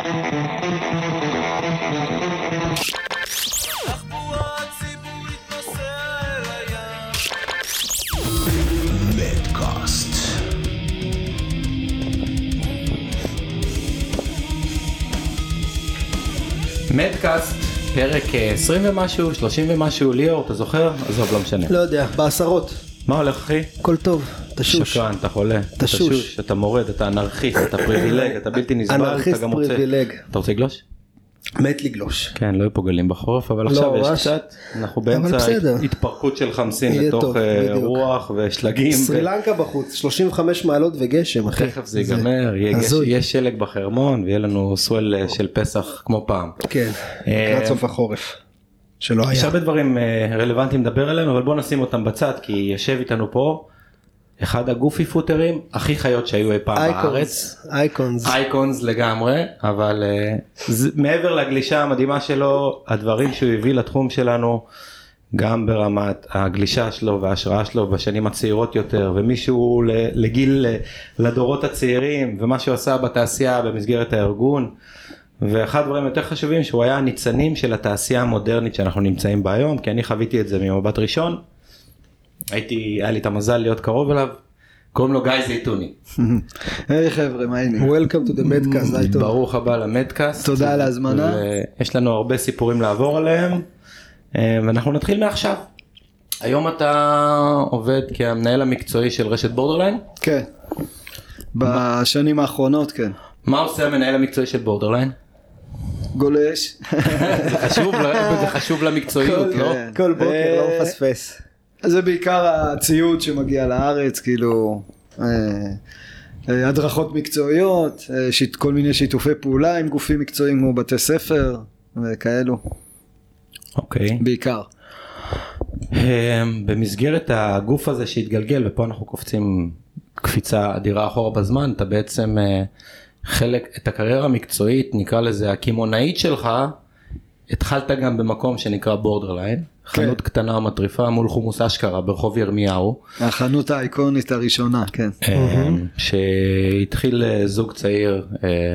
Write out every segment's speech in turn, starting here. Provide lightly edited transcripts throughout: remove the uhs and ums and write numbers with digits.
מדקאסט, פרק 20 ומשהו, 30 ומשהו, ליאור, אתה זוכר? עזוב, לא משנה. לא יודע, בעשרות. מה הולך אחי? הכל טוב, תשוש. שקרן, אתה חולה. תשוש. אתה מורד, אתה אנרכיסט, אתה פריבילג, אתה בלתי נסבל, אנרכיסט אתה גם רוצה... פריבילג. אתה רוצה לגלוש? מת לגלוש. כן, לא יהיו פה גלים בחורף, אבל עכשיו יש קצת, אנחנו באמצע התפרקות של חמסין לתוך רוח ושלגים. סרילנקה בחוץ, 35 מעלות וגשם, אחי. תכף זה ייגמר, יהיה שלג בחרמון, ויהיה לנו סואל של פסח כמו פעם. כן, לקראת סוף החורף. שלא היה. יש הרבה דברים רלוונטיים לדבר עליהם, אבל בוא נשים אותם בצד, כי יושב איתנו פה אחד הגופי פוטרים הכי חיות שהיו אי פעם בארץ. אייקונס לגמרי, אבל מעבר לגלישה המדהימה שלו, הדברים שהוא הביא לתחום שלנו, גם ברמת הגלישה שלו וההשראה שלו בשנים הצעירות יותר, ומישהו לגיל, לדורות הצעירים, ומה שהוא עשה בתעשייה במסגרת הארגון, ואחד הדברים יותר חשובים שהוא היה הניצנים של התעשייה המודרנית שאנחנו נמצאים בה היום, כי אני חוויתי את זה ממבט ראשון, היה לי את המזל להיות קרוב אליו, קוראים לו גיא זייתוני. היי חבר'ה, מה העניינים? Welcome to the Medcast. ברוך הבא למדקאסט. תודה על ההזמנה. יש לנו הרבה סיפורים לעבור עליהם, ואנחנו נתחיל מעכשיו. היום אתה עובד כמנהל המקצועי של רשת בורדרליין? כן, בשנים האחרונות כן. מה עושה המנהל המקצועי של בורדרליין? גולש. זה חשוב למקצועיות, לא? כל בוקר לא מפספס. זה בעיקר הציוד שמגיע לארץ, כאילו הדרכות מקצועיות, כל מיני שיתופי פעולה עם גופים מקצועיים כמו בתי ספר וכאלו. אוקיי. בעיקר. במסגרת הגוף הזה שהתגלגל, ופה אנחנו קופצים קפיצה אדירה אחורה בזמן, אתה בעצם את הקריירה המקצועית, נקרא לזה הקימונאית שלך, התחלת גם במקום שנקרא בורדרליין, חנות קטנה ומטריפה מול חומוס אשכרה ברחוב ירמיהו. החנות האיקונית הראשונה, כן. שהתחיל זוג צעיר,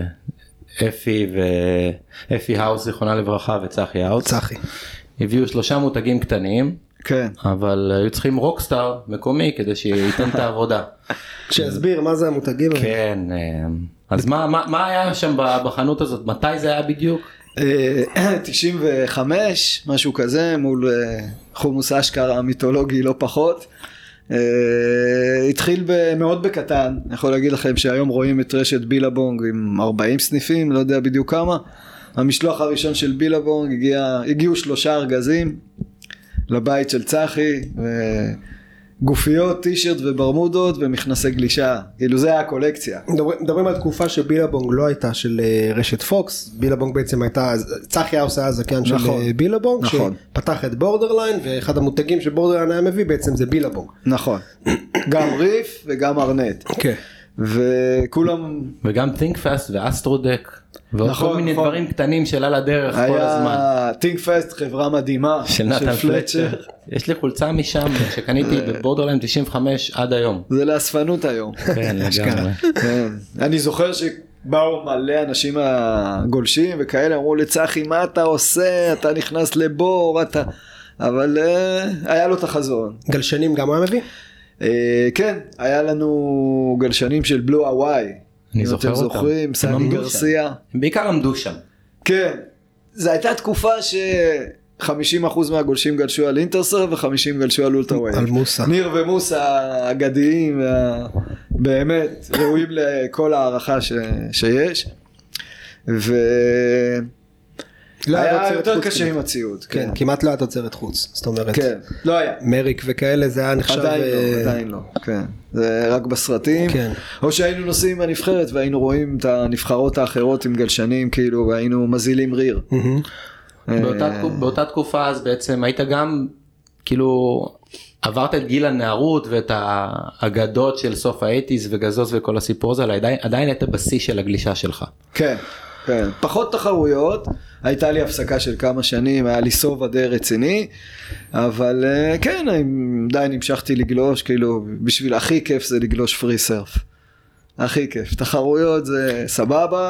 אפי האוס, זיכרונה לברכה, וצחי האוס. צחי. הביאו 3 מותגים קטנים, כן. אבל היו צריכים רוקסטאר מקומי כדי שייתן את העבודה. שיסביר מה זה המותגים. כן, אז מה היה שם בחנות הזאת? מתי זה היה בדיוק? 95, משהו כזה, מול חומוס אשכרה המיתולוגי לא פחות. התחיל מאוד בקטן, אני יכול להגיד לכם שהיום רואים את רשת בילבונג עם 40 סניפים, לא יודע בדיוק כמה. המשלוח הראשון של בילבונג הגיעו 3 ארגזים לבית של צחי, גופיות, טישרט וברמודות ומכנסי גלישה, כאילו זה היה הקולקציה. מדברים על תקופה שבילבונג לא הייתה של רשת פוקס, בילבונג בעצם הייתה, צחי היה עושה הזכיין של בילבונג, שפתח את בורדרליין, ואחד המותגים שבורדרליין היה מביא בעצם זה בילבונג. נכון, גם ריף וגם ארנט. כן. וכולם... וגם think fast ואסטרודק, ועוד כל מיני דברים קטנים של על הדרך כל הזמן. היה think fast, חברה מדהימה של נתן פלצ'ר. יש לי חולצה משם שקניתי בבורדרליין 95 עד היום. זה לאספנות היום. כן, לגמרי. אני זוכר שבאו מלא אנשים הגולשים וכאלה, אמרו לצחי מה אתה עושה, אתה נכנס לבור, אבל היה לו את החזון. גלשנים גם היה מביא? כן, היה לנו גלשנים של בלו הוואי. אני זוכר אותם. זוכרים, סני גרסיה. הם בעיקר עמדו שם. כן, זו הייתה תקופה ש50% מהגולשים גלשו על אינטרסר ו50 גלשו על אולטרה ווייב. על מוסה. ניר ומוסה אגדיים, באמת, ראויים לכל הערכה שיש. היה יותר קשה עם הציוד. כן, כמעט לא היה תוצרת חוץ, זאת אומרת. כן, לא היה. מריק וכאלה זה היה נחשב. עדיין לא, כן. זה רק בסרטים. כן. או שהיינו נוסעים בנבחרת והיינו רואים את הנבחרות האחרות עם גלשנים, כאילו, והיינו מזילים ריר. באותה תקופה אז בעצם היית גם, כאילו, עברת את גיל הנערות ואת האגדות של סוף האייטיז וגזוז וכל הסיפור הזה, עדיין היית בשיא של הגלישה שלך. כן. כן, פחות תחרויות, הייתה לי הפסקה של כמה שנים, היה לי סובה די רציני, אבל כן, עדיין המשכתי לגלוש, כאילו, בשביל הכי כיף זה לגלוש פרי סרף. הכי כיף. תחרויות זה סבבה,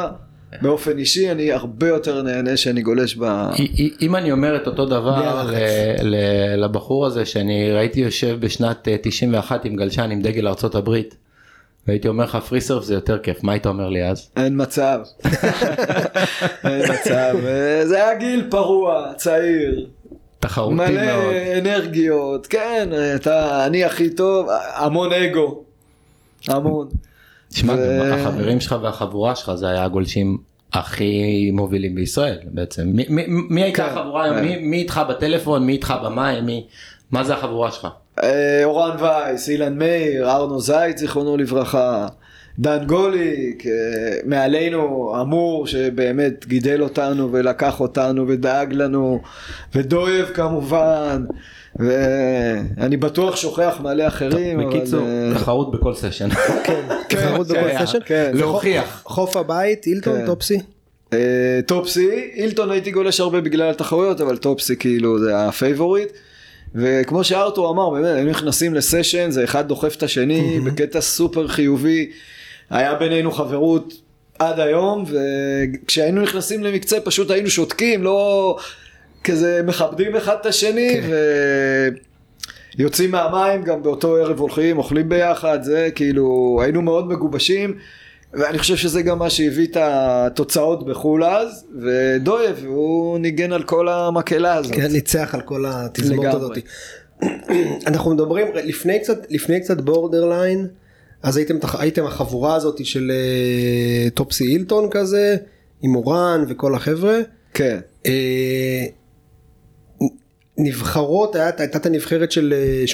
באופן אישי אני הרבה יותר נהנה שאני גולש אם אני אומר את אותו דבר לבחור הזה שאני ראיתי יושב בשנת 91 עם גלשן עם דגל ארצות הברית והייתי אומר לך פרי סרף זה יותר כיף, מה היית אומר לי אז? אין מצב. אין מצב, זה היה גיל פרוע, צעיר. תחרותי מאוד. מלא אנרגיות, כן, אני הכי טוב, המון אגו. המון. תשמע, החברים שלך והחבורה שלך זה היה הגולשים הכי מובילים בישראל בעצם. מי הייתה החבורה? מי איתך בטלפון? מי איתך במים? מה זה החבורה שלך? אורן וייס, אילן מאיר, ארנו זייט, זיכרונו לברכה, דן גוליק, מעלינו אמור שבאמת גידל אותנו ולקח אותנו ודאג לנו, ודויב כמובן, ואני בטוח שוכח מלא אחרים. בקיצור, תחרות בכל סשן. כן, תחרות בכל סשן. להוכיח. חוף הבית, אילטון, טופסי? טופסי, אילטון הייתי גולש הרבה בגלל התחרויות, אבל טופסי כאילו זה הפייבוריט. וכמו שארתור אמר, באמת, היינו נכנסים לסשן, זה אחד דוחף את השני, בקטע סופר חיובי, היה בינינו חברות עד היום, וכשהיינו נכנסים למקצה פשוט היינו שותקים, לא כזה מכבדים אחד את השני, ויוצאים מהמים גם באותו ערב הולכים, אוכלים ביחד, זה כאילו, היינו מאוד מגובשים, ואני חושב שזה גם מה שהביא את התוצאות בחול אז, ודויב, הוא ניגן על כל המקהלה הזאת. כן, ניצח על כל התזמורת הזאת. אנחנו מדברים, לפני קצת בורדרליין, אז הייתם החבורה הזאת של טופסי אילטון כזה, עם אורן וכל החבר'ה. כן. נבחרות, הייתה את הנבחרת של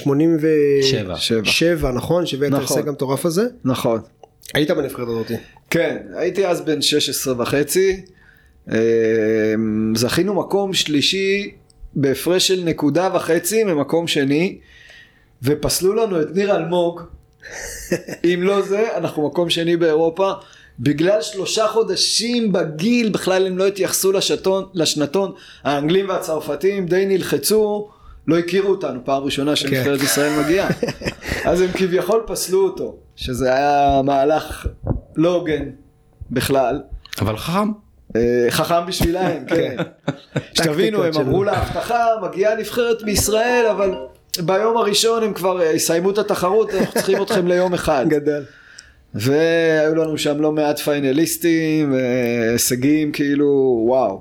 87, נכון? שהבאת ההישג המטורף הזה? נכון. היית בנבחרת הזאת? כן, הייתי אז בן 16.5, זכינו מקום שלישי בהפרש של 1.5 ממקום שני, ופסלו לנו את ניר אלמוג, אם לא זה, אנחנו מקום שני באירופה, בגלל 3 חודשים בגיל, בכלל הם לא התייחסו לשנתון, האנגלים והצרפתים די נלחצו, לא הכירו אותנו, פעם ראשונה שנבחרת ישראל מגיעה, אז הם כביכול פסלו אותו, שזה היה מהלך לא הוגן בכלל. אבל חכם. חכם בשבילהם, כן. שתבינו, הם אמרו להבטחה, מגיעה נבחרת מישראל, אבל ביום הראשון הם כבר יסיימו את התחרות, אנחנו צריכים אתכם ליום אחד. גדל. והיו לנו שם לא מעט פיינליסטים, הישגים כאילו, וואו.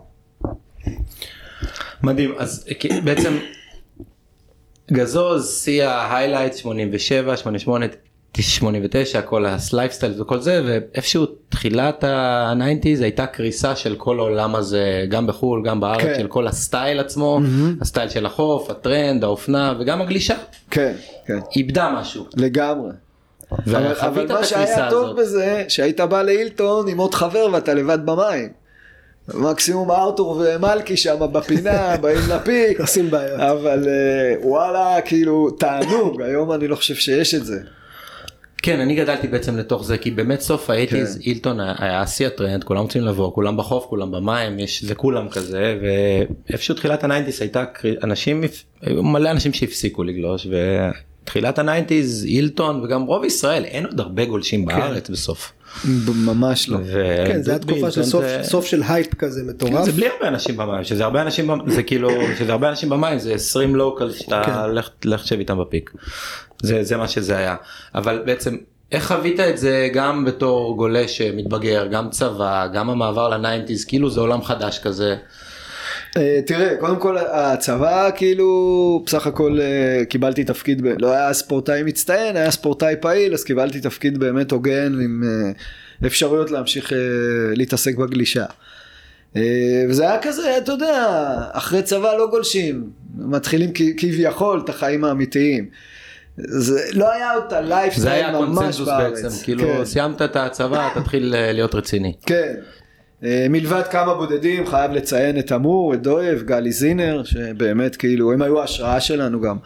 מדהים, אז בעצם גזוז, שיא ההיילייט 87, 88, 89, כל הסלייפסטייל וכל זה, ואיפשהו תחילת ה-90s הייתה קריסה של כל העולם הזה, גם בחול, גם בארץ, כן. של כל הסטייל עצמו, הסטייל של החוף, הטרנד, האופנה, וגם הגלישה. כן, כן. איבדה משהו. לגמרי. אבל מה שהיה טוב בזה, שהיית בא לאילטון עם עוד חבר ואתה לבד במים. מקסימום ארתור ומלכי שם בפינה, באים לפיק. עושים בעיות. אבל וואלה, כאילו, תענוג, היום אני לא חושב שיש את זה. כן, אני גדלתי בעצם לתוך זה, כי באמת סוף ה-80s, אילטון היה שיא הטרנד, כולם רוצים לבוא, כולם בחוף, כולם במים, זה כולם כזה, ואיפשהו תחילת ה-90s הייתה מלא אנשים שהפסיקו לגלוש, ותחילת ה-90s, אילטון וגם רוב ישראל, אין עוד הרבה גולשים בארץ בסוף. ממש לא. כן, זה התקופה של סוף של הייפ כזה מטורף. זה בלי הרבה אנשים במים, שזה הרבה אנשים במים, זה כאילו, שזה הרבה אנשים במים, זה 20 לוקל שאתה לך שב איתם בפיק. זה מה שזה היה. אבל בעצם, איך חווית את זה גם בתור גולש מתבגר, גם צבא, גם המעבר ל-90s, כאילו זה עולם חדש כזה? תראה, קודם כל הצבא כאילו בסך הכל קיבלתי תפקיד, לא היה ספורטאי מצטיין, היה ספורטאי פעיל, אז קיבלתי תפקיד באמת הוגן עם אפשרויות להמשיך להתעסק בגלישה. וזה היה כזה, אתה יודע, אחרי צבא לא גולשים, מתחילים כביכול את החיים האמיתיים. זה לא היה אותה לייפסטייל ממש בארץ. זה היה קונצנזוס בעצם, כאילו סיימת את הצבא, תתחיל להיות רציני. כן. מלבד כמה בודדים, חייב לציין את אמור, את דויב, גלי זינר, שבאמת כאילו, הם היו ההשראה שלנו גם.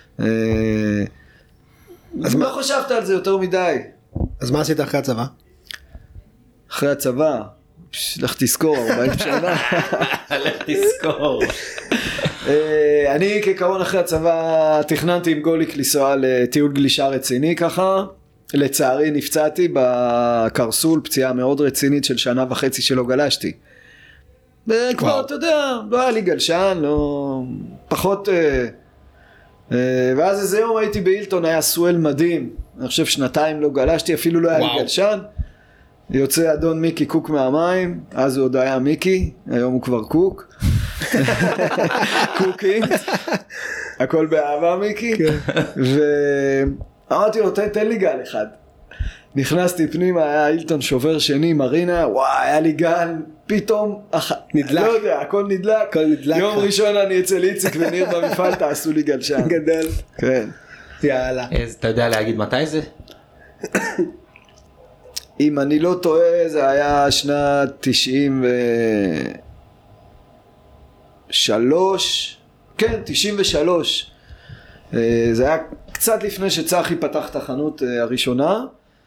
אז מה חשבת על זה יותר מדי? אז מה עשית אחרי הצבא? אחרי הצבא? לך תזכור, 40 שנה. לך תזכור. אני כעיקרון אחרי הצבא תכננתי עם גוליק לנסוע לטיול גלישה רציני ככה, לצערי נפצעתי בקרסול, פציעה מאוד רצינית של 1.5 שנה שלא גלשתי. וכבר אתה יודע, לא היה לי גלשן, לא, פחות, ואז איזה יום הייתי באילטון, היה סואל מדהים, אני חושב 2 לא גלשתי, אפילו לא היה לי גלשן, יוצא אדון מיקי קוק מהמים, אז הוא עוד היה מיקי, היום הוא כבר קוק, קוקינג, הכל באהבה מיקי, ואמרתי לו תן לי גל אחד, נכנסתי פנימה, היה אילטון שובר שני, מרינה, וואי, היה לי גל, פתאום, נדלק. לא יודע, הכל נדלק, יום ראשון אני אצל איציק וניר במפעל, תעשו לי גלשן. גדל. כן. יאללה. אתה יודע להגיד מתי זה? אם אני לא טועה, זה היה שנת 93, כן, 93. זה היה קצת לפני שצחי פתח את החנות הראשונה,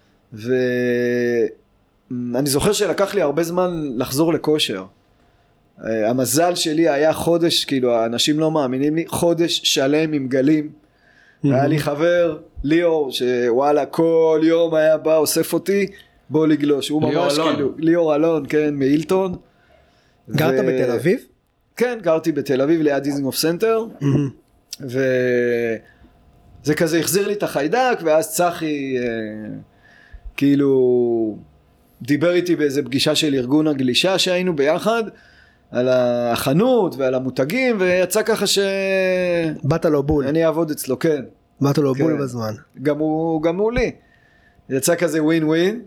ואני זוכר שלקח לי הרבה זמן לחזור לכושר. המזל שלי היה חודש, כאילו האנשים לא מאמינים לי, חודש שלם עם גלים. היה לי חבר, ליאור, שוואלה כל יום היה בא, אוסף אותי, בוא לגלוש. הוא ממש כאילו, ליאור אלון, כן, מאילטון. גרת בתל אביב? כן, גרתי בתל אביב ליד דיזנגוף סנטר. וזה כזה החזיר לי את החיידק, ואז צחי כאילו דיבר איתי באיזה פגישה של ארגון הגלישה שהיינו ביחד, על החנות ועל המותגים, ויצא ככה באת לו בול. אני אעבוד אצלו, כן. באת לו בול בזמן. גם הוא לי. יצא כזה ווין ווין,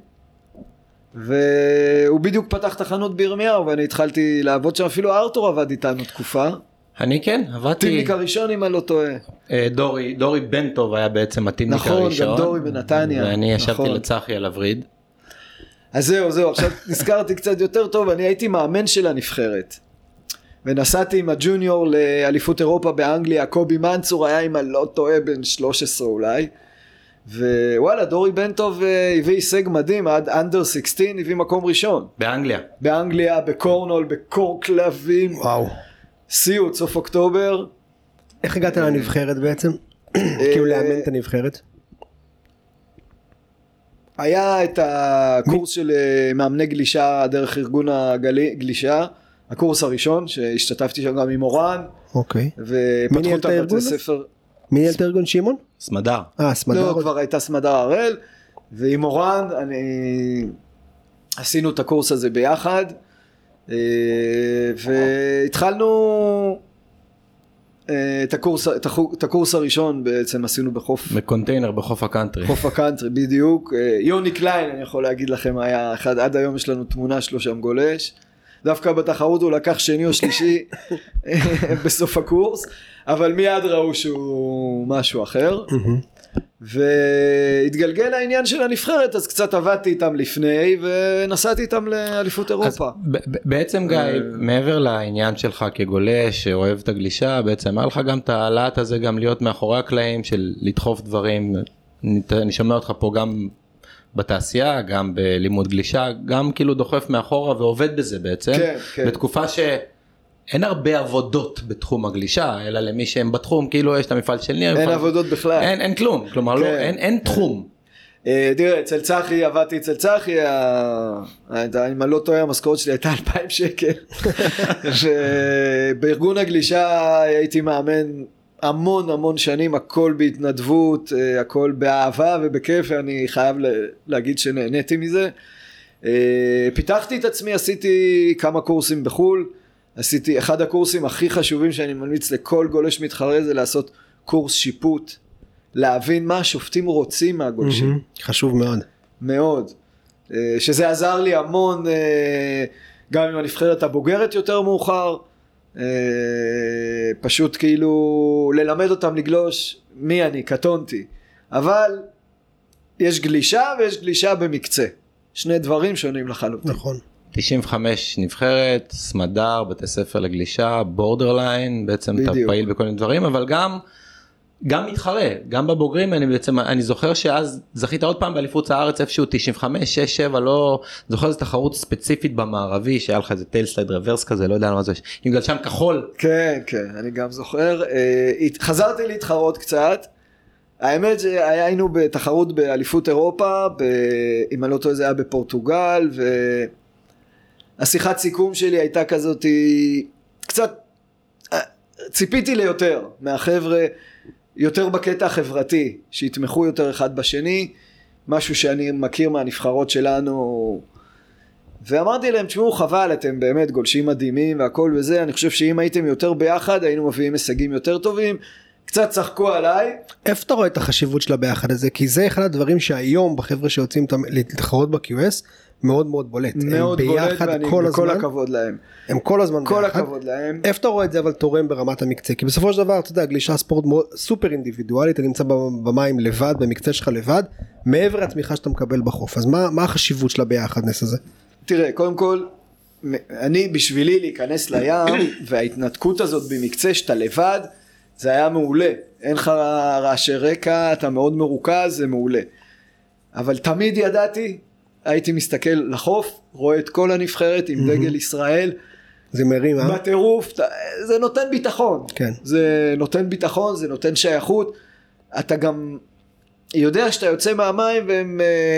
והוא בדיוק פתח את החנות בירמיהו, ואני התחלתי לעבוד שם, אפילו ארתור עבד איתנו תקופה. אני כן, עבדתי. הטימניק הראשון אם אני לא טועה. דורי בן טוב היה בעצם הטימניק הראשון. נכון, גם דורי בנתניה. ואני ישבתי לצחי על הווריד. אז זהו, עכשיו נזכרתי קצת יותר טוב, אני הייתי מאמן של הנבחרת. ונסעתי עם הג'וניור לאליפות אירופה באנגליה, קובי מנצור היה עם לא טועה בן 13 אולי. ווואלה, דורי בן טוב הביא הישג מדהים, עד אנדר 16 הביא מקום ראשון. באנגליה. באנגליה, בקורנול, בקור כלבים. וואו. סיוט, סוף אוקטובר. איך הגעת לנבחרת בעצם? כאילו לאמן את הנבחרת? היה את הקורס של מאמני גלישה דרך ארגון הגלישה, הקורס הראשון שהשתתפתי שם גם עם אורן. אוקיי. ופתחו את בתי ספר. מי ניהל את הארגון? שמעון? סמדר. סמדר. לא, כבר הייתה סמדר הראל, ועם אורן עשינו את הקורס הזה ביחד, והתחלנו את הקורס הראשון בעצם עשינו בקונטיינר בחוף הקאנטרי. חוף הקאנטרי, בדיוק. יוני קליין, אני יכול להגיד לכם, היה אחד, עד היום יש לנו תמונה שלו שם גולש, דווקא בתחרות הוא לקח שני או שלישי בסוף הקורס, אבל מיד ראו שהוא משהו אחר. והתגלגל העניין של הנבחרת, אז קצת עבדתי איתם לפני ונסעתי איתם לאליפות אירופה. בעצם גיא, מעבר לעניין שלך כגולש שאוהב את הגלישה, בעצם היה לך גם את העלאת הזה גם להיות מאחורי הקלעים של לדחוף דברים. אני שומע אותך פה גם בתעשייה, גם בלימוד גלישה, גם כאילו דוחף מאחורה ועובד בזה בעצם. כן, כן. בתקופה אין הרבה עבודות בתחום הגלישה, אלא למי שהם בתחום, כאילו יש את המפעל של ניר. אין עבודות בכלל. אין כלום, כלומר לא, אין תחום. תראה, אצל צחי, עבדתי אצל צחי, אם אני לא טועה, המשכורת שלי הייתה 2,000 שקל. ובארגון הגלישה הייתי מאמן המון שנים, הכל בהתנדבות, הכל באהבה ובכיף, אני חייב להגיד שנהניתי מזה. פיתחתי את עצמי, עשיתי כמה קורסים בחול, עשיתי אחד הקורסים הכי חשובים שאני ממליץ לכל גולש מתחרה, זה לעשות קורס שיפוט, להבין מה השופטים רוצים מהגולשים. חשוב מאוד. מאוד. שזה עזר לי המון, גם עם הנבחרת הבוגרת יותר מאוחר, פשוט כאילו ללמד אותם לגלוש, מי אני, קטונתי. אבל יש גלישה ויש גלישה במקצה. שני דברים שונים לחלוטין. נכון. 95 נבחרת, סמדר, בתי ספר לגלישה, בורדרליין, בעצם אתה פעיל בכל מיני דברים, אבל גם מתחרה, גם בבוגרים, אני זוכר שאז זכית עוד פעם באליפות הארץ איפשהו 95, 6, 7, לא, זוכר איזו תחרות ספציפית במערבי, שהיה לך איזה טייל סלייד רוורס כזה, לא יודע מה זה, עם גלשן כחול. כן, אני גם זוכר, חזרתי להתחרות קצת, האמת שהיינו בתחרות באליפות אירופה, אם אני לא טועה זה היה בפורטוגל, והשיחת סיכום שלי הייתה כזאת, קצת ציפיתי ליותר מהחבר'ה, יותר בקטע החברתי, שיתמכו יותר אחד בשני, משהו שאני מכיר מהנבחרות שלנו, ואמרתי להם, תשמעו חבל, אתם באמת גולשים מדהימים והכל וזה, אני חושב שאם הייתם יותר ביחד, היינו מביאים הישגים יותר טובים, קצת צחקו עליי. איפה אתה רואה את החשיבות של הביחד הזה? כי זה אחד הדברים שהיום בחבר'ה שיוצאים להתחרות ב-QS, מאוד מאוד בולט. מאוד בולט, ואני כל הכבוד להם. הם כל הזמן כל הכבוד להם. איפה אתה רואה את זה אבל תורם ברמת המקצה? כי בסופו של דבר, אתה יודע, גלישה ספורט סופר אינדיבידואלית, אתה נמצא במים לבד, במקצה שלך לבד, מעבר לתמיכה שאתה מקבל בחוף. אז מה החשיבות של הביחדנס הזה? תראה, קודם כל, אני בשבילי להיכנס לים, וההתנתקות הזאת במקצה שאתה לבד, זה היה מעולה. אין לך רעשי רקע, אתה מאוד מרוכז, זה מעולה. אבל תמיד ידעתי, הייתי מסתכל לחוף, רואה את כל הנבחרת עם דגל ישראל. זה מרים, בטירוף, זה נותן ביטחון. כן. זה נותן ביטחון, זה נותן שייכות. אתה גם יודע שאתה יוצא מהמים והם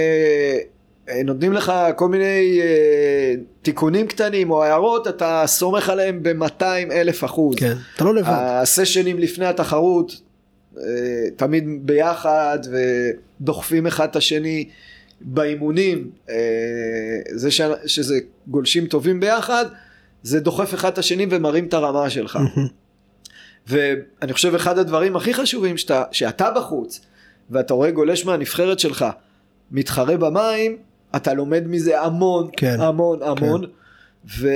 נותנים לך כל מיני תיקונים קטנים או הערות, אתה סומך עליהם ב-200,000%. כן, אתה לא לבד. הסשנים לפני התחרות, תמיד ביחד ודוחפים אחד את השני באימונים, זה שזה גולשים טובים ביחד, זה דוחף אחד את השני ומרים את הרמה שלך. ואני חושב אחד הדברים הכי חשובים שאתה בחוץ, ואתה רואה גולש מהנבחרת שלך, מתחרה במים, אתה לומד מזה המון, כן, המון, המון, כן.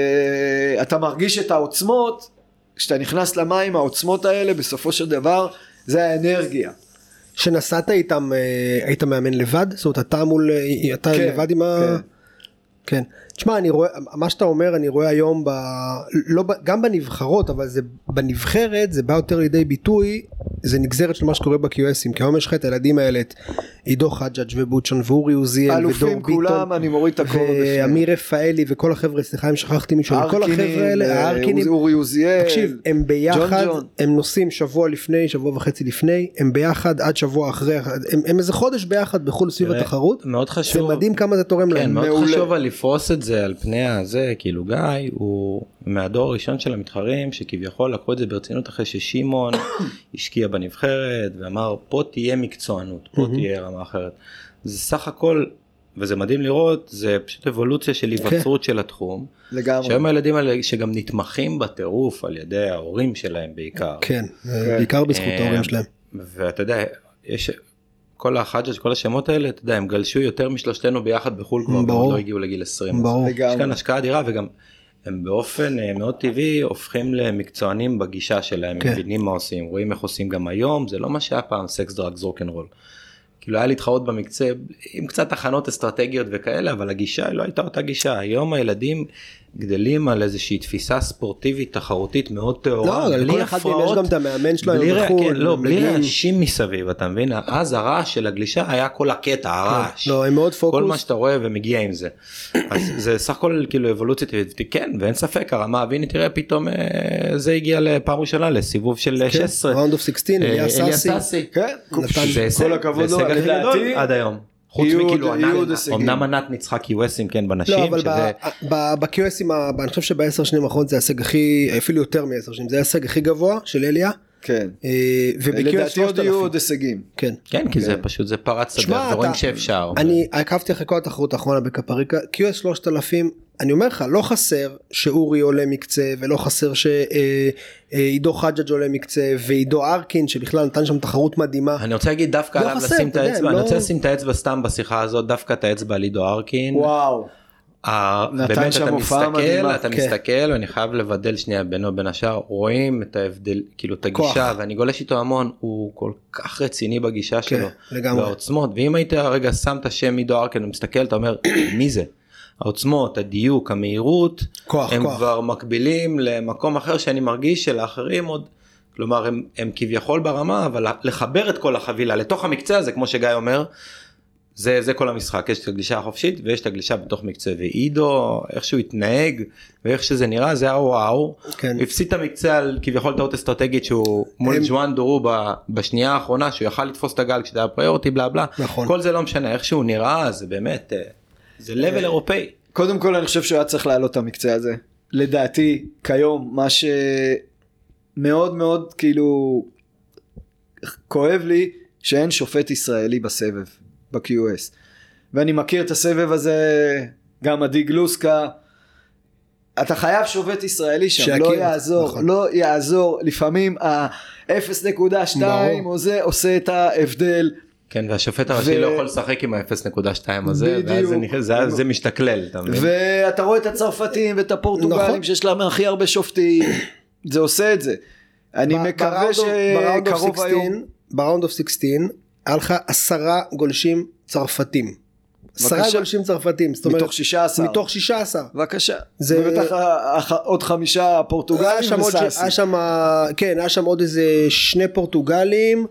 ואתה מרגיש את העוצמות, כשאתה נכנס למים, העוצמות האלה, בסופו של דבר, זה האנרגיה. שנסעת איתם, היית מאמן לבד? זאת אומרת, אתה מול, אתה כן, לבד עם ה... כן. תשמע, אני רואה, מה שאתה אומר, אני רואה היום, לא, גם בנבחרות, אבל זה, בנבחרת, זה בא יותר לידי ביטוי, זה נגזרת של מה שקורה ב-QSים, כי היום יש לך את הילדים האלה, את עידו חג'אג' ובוצ'ון, ואורי עוזיאל, ודור ביטון, אלופים כולם, אני מוריד את הכל בפני. ואמיר רפאלי, וכל החבר'ה, סליחה, אם שכחתי מישהו, כל החבר'ה האלה, הארקינים, אורי עוזיאל, תקשיב, הם ביחד, הם נוסעים שבוע לפני, שבוע וחצי לפני, הם ביחד עד שבוע אחרי, הם איזה חודש ביחד בחול סביב התחרות, מאוד חשוב. זה מדהים כמה זה תורם להם. כן, מאוד חשוב על לפרוס את זה על פני הזה, כאילו גיא הוא מהדור הראשון של המתחרים שכביכול לקחו את זה ברצינות אחרי ששימון השקיע בנבחרת ואמר פה תהיה מקצוענות, פה תהיה רמה אחרת. זה סך הכל, וזה מדהים לראות, זה פשוט אבולוציה של היווצרות של התחום. לגמרי. שהיום הילדים האלה שגם נתמכים בטירוף על ידי ההורים שלהם בעיקר. כן, בעיקר בזכות ההורים שלהם. ואתה יודע, יש... כל החג'אג', כל השמות האלה, אתה יודע, הם גלשו יותר משלושתנו ביחד בחול כבר, והם לא הגיעו לגיל 20. ברור. יש כאן השקעה אדירה, וגם הם באופן מאוד טבעי הופכים למקצוענים בגישה שלהם, הם מבינים מה עושים, רואים איך עושים גם היום, זה לא מה שהיה פעם סקס דרגס רוק'נ'רול. כאילו היה להתחרות במקצה, עם קצת תחנות אסטרטגיות וכאלה, אבל הגישה לא הייתה אותה גישה. היום הילדים גדלים על איזושהי תפיסה ספורטיבית תחרותית מאוד טהורה. לא, לכל אחד מהם יש גם את המאמן שלו בחו"ל. לא, בלי רעשים מסביב, אתה מבין? אז הרעש של הגלישה היה כל הקטע, הרעש. לא, הם מאוד פוקוס. כל מה שאתה רואה ומגיע עם זה. אז זה סך הכל כאילו אבולוציה, כן, ואין ספק, הרמה, והנה תראה פתאום זה הגיע לפעם ראשונה לסיבוב של 16. ראונד אוף 16, אליה סאסי. כן, כל הכבוד לו, לדעתי עד היום. חוץ מכאילו, אמנם ענת ניצחה QSים כן בנשים. לא, אבל ב-QSים, אני חושב שב10 שנים האחרונות זה ההישג הכי, אפילו יותר מ10 שנים, זה ההישג הכי גבוה של אליה. כן. לדעתי עוד יהיו עוד הישגים. כן. כן, כי זה פשוט, זה פרץ סדר, ורואים שאפשר. אני עקבתי אחרי כל התחרות האחרונה בקפריקה, QS 3000, אני אומר לך, לא חסר שאורי עולה מקצה, ולא חסר שעידו חג'אג' עולה מקצה, ועידו ארקין, שבכלל נתן שם תחרות מדהימה. אני רוצה להגיד דווקא עליו לשים את האצבע, אני רוצה לשים את האצבע סתם בשיחה הזאת, דווקא את האצבע על עידו ארקין. וואו. באמת אתה מסתכל, ואני חייב לבדל שנייה בינו ובין השאר, רואים את ההבדל, כאילו את הגישה, ואני גולש איתו המון, הוא כל כך רציני בגישה שלו, והעוצמות, ואם היית הרגע שם את השם עידו ארקין, ומסתכל, אתה אומר, מי זה? העוצמות, הדיוק, המהירות, הם כבר מקבילים למקום אחר שאני מרגיש שלאחרים עוד, כלומר הם כביכול ברמה, אבל לחבר את כל החבילה לתוך המקצה הזה, כמו שגיא אומר, זה כל המשחק, יש את הגלישה החופשית ויש את הגלישה בתוך מקצה, ואידו איך שהוא התנהג ואיך שזה נראה זה וואו, הפסיד את המקצה על כביכול טעות אסטרטגית שהוא מול ג'ואן דורו בשנייה האחרונה שהוא יכל לתפוס את הגל כשזה היה פריורטי בלה בלה, כל זה לא משנה, איך שהוא נראה זה באמת, זה לבל אירופאי. קודם כל אני חושב שהוא היה צריך לעלות את המקצה הזה, לדעתי כיום מה שמאוד מאוד כאילו כואב לי שאין שופט ישראלי בסבב ב-QS, ואני מכיר את הסבב הזה גם עדי גלוסקה, אתה חייב שופט ישראלי שם, לא יעזור, נכון. לא יעזור, לפעמים ה-0.2 או זה עושה את ההבדל. כן, והשופט הראשי לא יכול לשחק עם ה-0.2 הזה, ואז זה משתכלל, אתה מבין? ואתה רואה את הצרפתים ואת הפורטוגלים שיש להם הכי הרבה שופטים, זה עושה את זה. אני מקווה שקרוב היום. בראונד אוף 16, היה לך 10 גולשים צרפתים. 10 גולשים צרפתים. מתוך 16. מתוך 16. בבקשה. ובטח עוד 5 פורטוגלים וסאסי. כן, היה שם עוד איזה 2 פורטוגלים.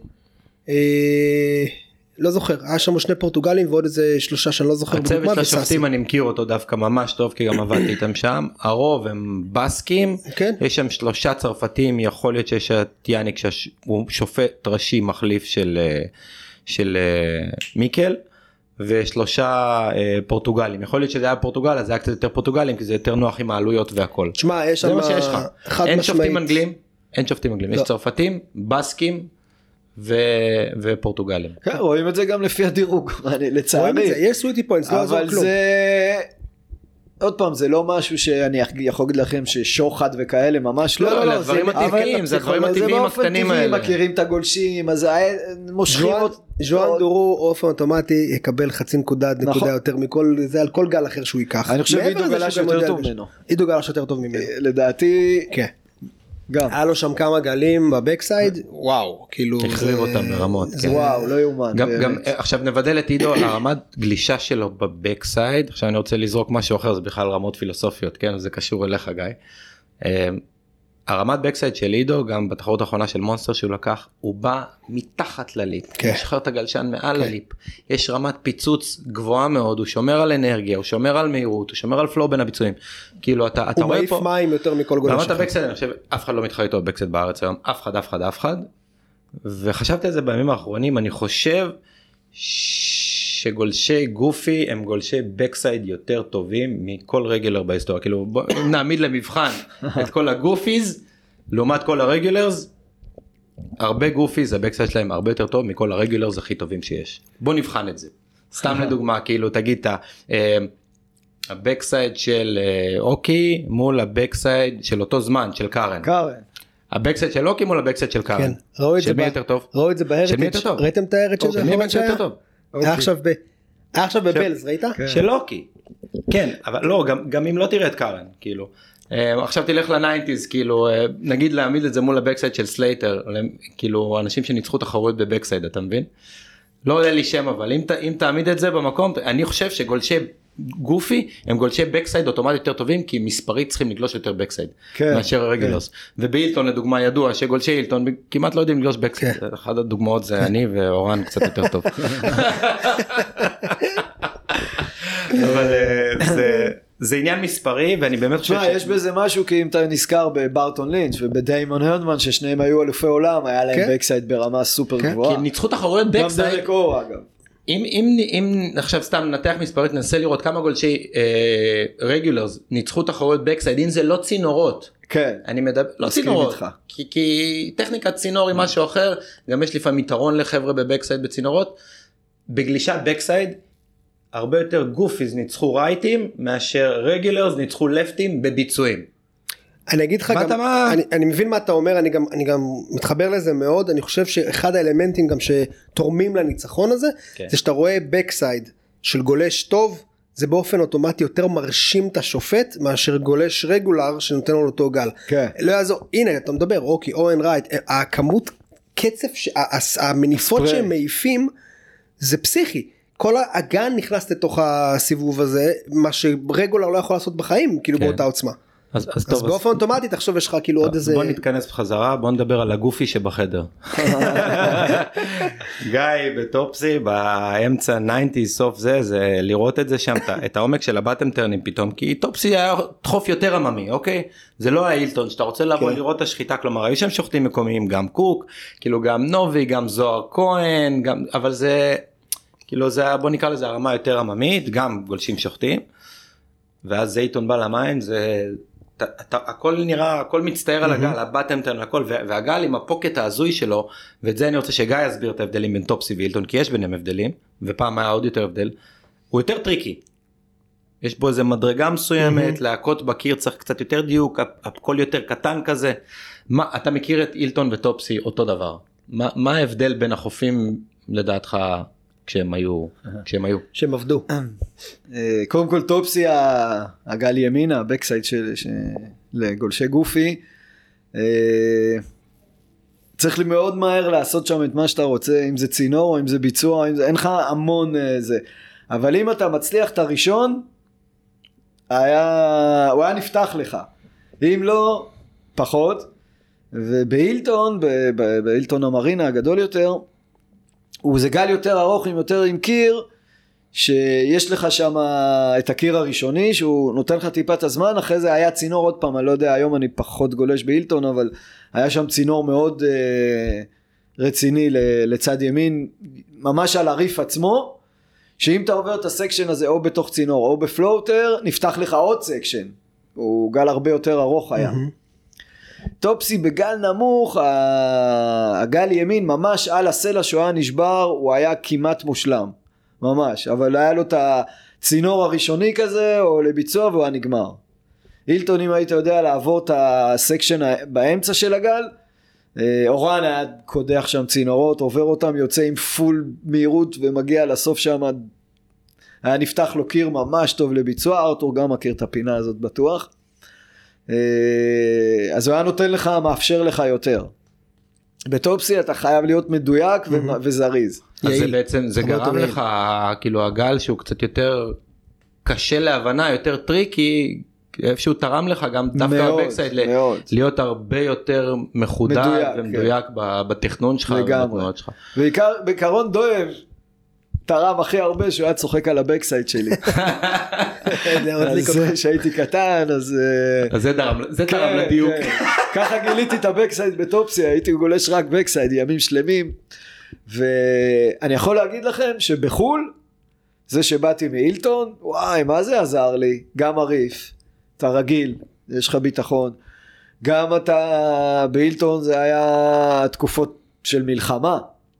לא זוכר, היה שם 2 פורטוגלים ועוד איזה 3 שאני לא זוכר. הצוות של השופטים אני מכיר אותו דווקא ממש טוב, כי גם עבדתי איתם שם. הרוב הם בסקים, יש שם 3 צרפתים, יכול להיות שיש את יאניק שהוא שופט ראשי מחליף של מיקל, ו3 פורטוגלים. יכול להיות שזה היה פורטוגל, אז זה היה קצת יותר פורטוגלים, כי זה יותר נוח עם העלויות והכל. תשמע, יש שם זה מה שיש לך. אין שופטים אנגלים, יש צרפתים, בסקים, ופורטוגלים. כן, רואים את זה גם לפי הדירוג, לצערי. יש סוויטי פוינטס, לא עזור כלום. אבל זה, עוד פעם, זה לא משהו שאני יכול להגיד לכם ששוחד וכאלה, ממש לא. לא, הדברים הטבעיים, זה הדברים הטבעיים הקטנים האלה. מכירים את הגולשים, אז מושכים עוד. ז'ואן דורו אופן אוטומטי יקבל חצי נקודה יותר מכל, זה על כל גל אחר שהוא ייקח. אני חושב אידו גלש יותר טוב ממנו. אידו גלש יותר טוב ממנו. לדעתי, כן. היה לו שם כמה גלים בבקסייד, וואו, כאילו החריב אותם ברמות, וואו, לא יאומן. גם עכשיו נבדל את עידו, הרמת גלישה שלו בבקסייד, עכשיו אני רוצה לזרוק משהו אחר, זה בכלל רמות פילוסופיות, כן, זה קשור אליך גיא. הרמת בקסייד של עידו, גם בתחרות האחרונה של מונסטר שהוא לקח, הוא בא מתחת לליפ, הוא משחרר את הגלשן מעל הליפ, יש רמת פיצוץ גבוהה מאוד, הוא שומר על אנרגיה, הוא שומר על מהירות, הוא שומר על פלואו בין הביצועים, כאילו אתה רואה פה, הוא מעיף מים יותר מכל גולש. ברמת הבקסייד, אני חושב, אף אחד לא מתחרה איתו בבקסייד בארץ היום, אף אחד, וחשבתי על זה בימים האחרונים, אני חושב שגולשי גופי הם גולשי בקסייד יותר טובים מכל רגולר בהיסטוריה, כאילו בוא נעמיד למבחן את כל הגופיז לעומת כל הרגולרס, הרבה גופיז הבקסייד שלהם הרבה יותר טוב מכל הרגולרס הכי טובים שיש. בוא נבחן את זה, סתם לדוגמה, כאילו תגיד הבקסייד של אוקי מול הבקסייד של אותו זמן של קארן. הבקסייד של אוקי מול הבקסייד של קארן, של מי יותר טוב? ראו את זה בהרטיג', ראיתם את ההרטיג' שזה? מי יותר טוב? היה עכשיו בבלז, ראית? של אוקי, כן, אבל לא, גם אם לא תראה את קארן, כאילו, עכשיו תלך ל-90s, כאילו, נגיד להעמיד את זה מול הבקסייד של סלייטר, כאילו, אנשים שניצחו תחרויות בבקסייד, אתה מבין? לא עולה לי שם, אבל אם תעמיד את זה במקום, אני חושב שגולשי גופי הם גולשי בקסייד אוטומטית יותר טובים, כי מספרית צריכים לגלוש יותר בקסייד מאשר הרגולרס. ובאילטון לדוגמה ידוע שגולשי אילטון כמעט לא יודעים לגלוש בקסייד. אחת הדוגמאות זה אני ואורן קצת יותר טוב. אבל זה עניין מספרי, ואני באמת חושב יש בזה משהו, כי אם אתה נזכר בברטון לינץ' ובדיימון הרדמן ששניהם היו אלופי עולם, היה להם בקסייד ברמה סופר גבוהה. כי הם ניצחו תחרויות בקסייד. גם דרק אור אגב. אם עכשיו סתם נתח מספרית, ננסה לראות כמה גולשי רגולרס ניצחו תחרויות בקסייד, אם זה לא צינורות, כן, אני מדבר, לא צינורות, כי טכניקת צינור היא משהו אחר, גם יש לפעמים יתרון לחבר'ה בבקסייד בצינורות, בגלישת בקסייד, הרבה יותר גופיז ניצחו רייטים, מאשר רגולרס ניצחו לפטים בביצועים. אני אגיד לך גם, אני מבין מה אתה אומר, אני גם מתחבר לזה מאוד, אני חושב שאחד האלמנטים גם שתורמים לניצחון הזה, זה שאתה רואה בקסייד של גולש טוב, זה באופן אוטומטי יותר מרשים את השופט, מאשר גולש רגולר שנותן לו אותו גל. לא יעזור, הנה אתה מדבר, אוקי, אוהן רייט, הכמות קצף, המניפות שהם מעיפים, זה פסיכי. כל האגן נכנס לתוך הסיבוב הזה, מה שרגולר לא יכול לעשות בחיים, כאילו באותה עוצמה. אז באופן אוטומטי תחשוב יש לך כאילו עוד איזה... בוא נתכנס בחזרה, בוא נדבר על הגופי שבחדר. גיא בטופסי באמצע 90 סוף זה לראות את זה שם, את העומק של הבטם טרנים פתאום, כי טופסי היה דחוף יותר עממי, אוקיי? זה לא האילטון שאתה רוצה לבוא לראות את השחיטה, כלומר היו שם שוחטים מקומיים, גם קוק, כאילו גם נובי, גם זוהר כהן, אבל זה כאילו זה, בוא נקרא לזה הרמה יותר עממית, גם גולשים שוחטים, ואז זייטון בא למים, זה... הכל נראה, הכל מצטער על הגל, הבטם טרן, הכל, והגל עם הפוקט ההזוי שלו, ואת זה אני רוצה שגיא יסביר את ההבדלים בין טופסי ואילטון, כי יש ביניהם הבדלים, ופעם היה עוד יותר הבדל, הוא יותר טריקי, יש בו איזה מדרגה מסוימת, להכות בקיר צריך קצת יותר דיוק, הכל יותר קטן כזה, אתה מכיר את אילטון וטופסי אותו דבר, מה ההבדל בין החופים לדעתך כשהם עבדו? קודם כל טופסי הגל ימינה, הבקסייד לגולשי גופי, צריך לי מאוד מהר לעשות שם את מה שאתה רוצה, אם זה צינור או אם זה ביצוע, אין לך המון זה, אבל אם אתה מצליח את הראשון, הוא היה נפתח לך, אם לא, פחות, ובאילטון, באילטון המרינה הגדול יותר, זה גל יותר ארוך עם קיר, שיש לך שם את הקיר הראשוני, שהוא נותן לך טיפת הזמן, אחרי זה היה צינור עוד פעם, אני לא יודע, היום אני פחות גולש באילטון, אבל היה שם צינור מאוד רציני לצד ימין, ממש על הריף עצמו, שאם אתה עובר את הסקשן הזה או בתוך צינור או בפלוטר, נפתח לך עוד סקשן, הוא גל הרבה יותר ארוך היה. טופסי בגל נמוך, הגל ימין ממש על הסלע שהוא היה נשבר, הוא היה כמעט מושלם, ממש, אבל היה לו את הצינור הראשוני כזה, או לביצוע, והוא היה נגמר. אילטון, אם היית יודע לעבור את הסקשן באמצע של הגל, אורן היה קודח שם צינורות, עובר אותם, יוצא עם פול מהירות, ומגיע לסוף שם, היה נפתח לו קיר ממש טוב לביצוע, ארתור גם מכיר את הפינה הזאת בטוח, אז הוא היה נותן לך, מאפשר לך יותר. בטופסי אתה חייב להיות מדויק וזריז. אז זה בעצם, זה גרם לך, כאילו הגל שהוא קצת יותר קשה להבנה, יותר טריקי, איפשהו תרם לך גם דווקא הבקסייד, להיות הרבה יותר מחודד ומדויק בתכנון שלך ובתנועות שלך. בעיקרון דואב תרם הכי הרבה שהוא היה צוחק על הבקסייד שלי. אז שהייתי קטן, אז זה תרם לדיוק. ככה גיליתי את הבקסייד בטופסי, הייתי גולש רק בקסייד, ימים שלמים, ואני יכול להגיד לכם שבחול, זה שבאתי מאילטון, וואי, מה זה עזר לי? גם הריף, אתה רגיל, יש לך ביטחון, גם אתה באילטון זה היה תקופות של מלחמה,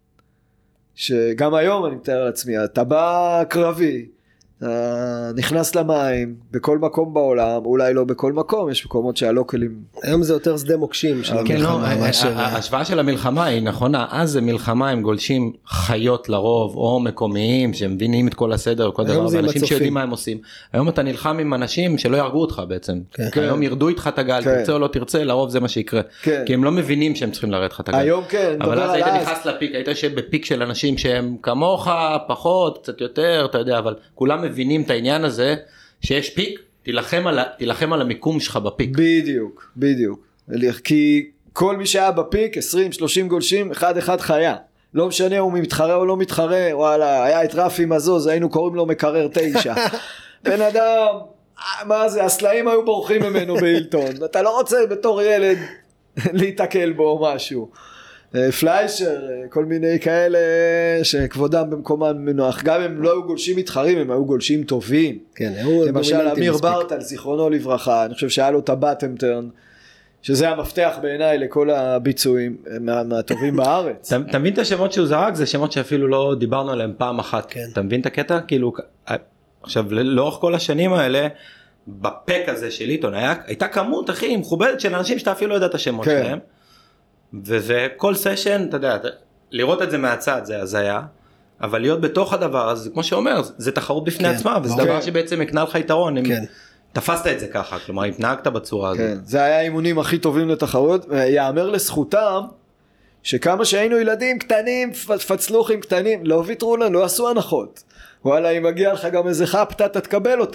שגם היום אני מתאר לעצמי, אתה בא קרבי, אתה נכנס למים, בכל מקום בעולם, אולי לא בכל מקום, יש מקומות שהלוקלים... היום זה יותר שדה מוקשים של המלחמה. ההשוואה של המלחמה היא נכונה, אז זה מלחמה עם גולשים חיות לרוב, או מקומיים, שמבינים את כל הסדר, כל דבר, ואנשים שיודעים מה הם עושים. היום אתה נלחם עם אנשים שלא ירגו אותך בעצם. היום ירדו איתך את הגל, תרצה או לא תרצה, לרוב זה מה שיקרה. כי הם לא מבינים שהם צריכים לרדת לך את הגל. היום כן, אבל אז היית נכנס לפיק, היית יושב בפיק של אנשים שהם כמוך, פחות, קצת יותר, אתה יודע, אבל כולם מבינים את העניין הזה, שיש פיק, תילחם על המיקום שלך בפיק. בדיוק. כי כל מי שהיה בפיק, 20-30 גולשים, אחד חיה. לא משנה הוא מתחרה או לא מתחרה, וואלה, היה את רפי מזוז, היינו קוראים לו מקרר 9. בן אדם, מה זה, הסלעים היו בורחים ממנו באילטון. אתה לא רוצה בתור ילד להתקל בו או משהו. פליישר, כל מיני כאלה שכבודם במקומם מנוח, גם הם לא היו גולשים מתחרים, הם היו גולשים טובים. כן, למשל אמיר ברטל, זיכרונו לברכה, אני חושב שהיה לו את הבטם טרן, שזה המפתח בעיניי לכל הביצועים מהטובים בארץ. אתה מבין את השמות שהוא זרק? זה שמות שאפילו לא דיברנו עליהם פעם אחת. אתה מבין את הקטע? כאילו, עכשיו, לאורך כל השנים האלה, בפק הזה של אילטון, הייתה כמות הכי מכובדת של אנשים שאתה אפילו לא יודע את השמות שלהם. וזה כל סשן, אתה יודע, לראות את זה מהצד זה הזיה, אבל להיות בתוך הדבר הזה, כמו שאומר, זה תחרות בפני עצמה, וזה דבר שבעצם יקנה לך יתרון, אם תפסת את זה ככה, כלומר, התנהגת בצורה הזאת. זה היה האימונים הכי טובים לתחרות, ויאמר לזכותם, שכמה שהיינו ילדים קטנים, פצלוחים קטנים, לא ויתרו לנו, לא עשו הנחות. וואלה, אם מגיע לך גם איזה חפתה, אתה תקבל אותה.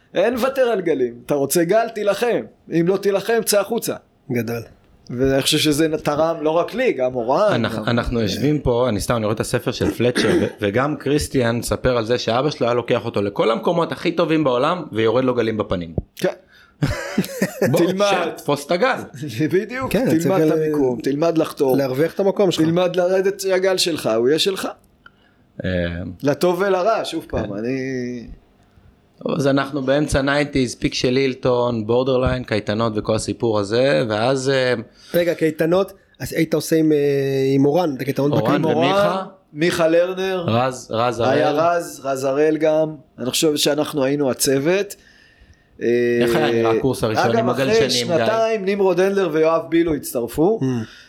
אין לוותר על גלים, אתה רוצה גל תילחם, אם לא תילחם צא החוצה. גדל. ואני חושב שזה תרם לא רק לי, גם אורן. אנחנו יושבים פה, אני רואה את הספר של פלצ'ר, וגם קריסטיאן ספר על זה שאבא שלו היה לוקח אותו לכל המקומות הכי טובים בעולם, ויורד לו גלים בפנים. כן. תלמד, תפוס את הגל. בדיוק, תלמד את המיקום, תלמד לחתור. להרוויח את המקום שלך. תלמד לרדת הגל שלך, הוא יהיה שלך. לטוב ולרע, שוב פעם, אז אנחנו באמצע 90s, פיק של הילטון, בורדרליין, קייטנות וכל הסיפור הזה, ואז... רגע, קייטנות, אז היית עושה עם אורן, את הקייטנות אורן ומיכה? מיכה לרנר, רז הראל. היה רז הראל גם, אני חושב שאנחנו היינו הצוות. איך היה נראה הקורס הראשון עם הגלשנים? אגב, אחרי שנתיים, נמרוד הנדלר ויואב בילו הצטרפו.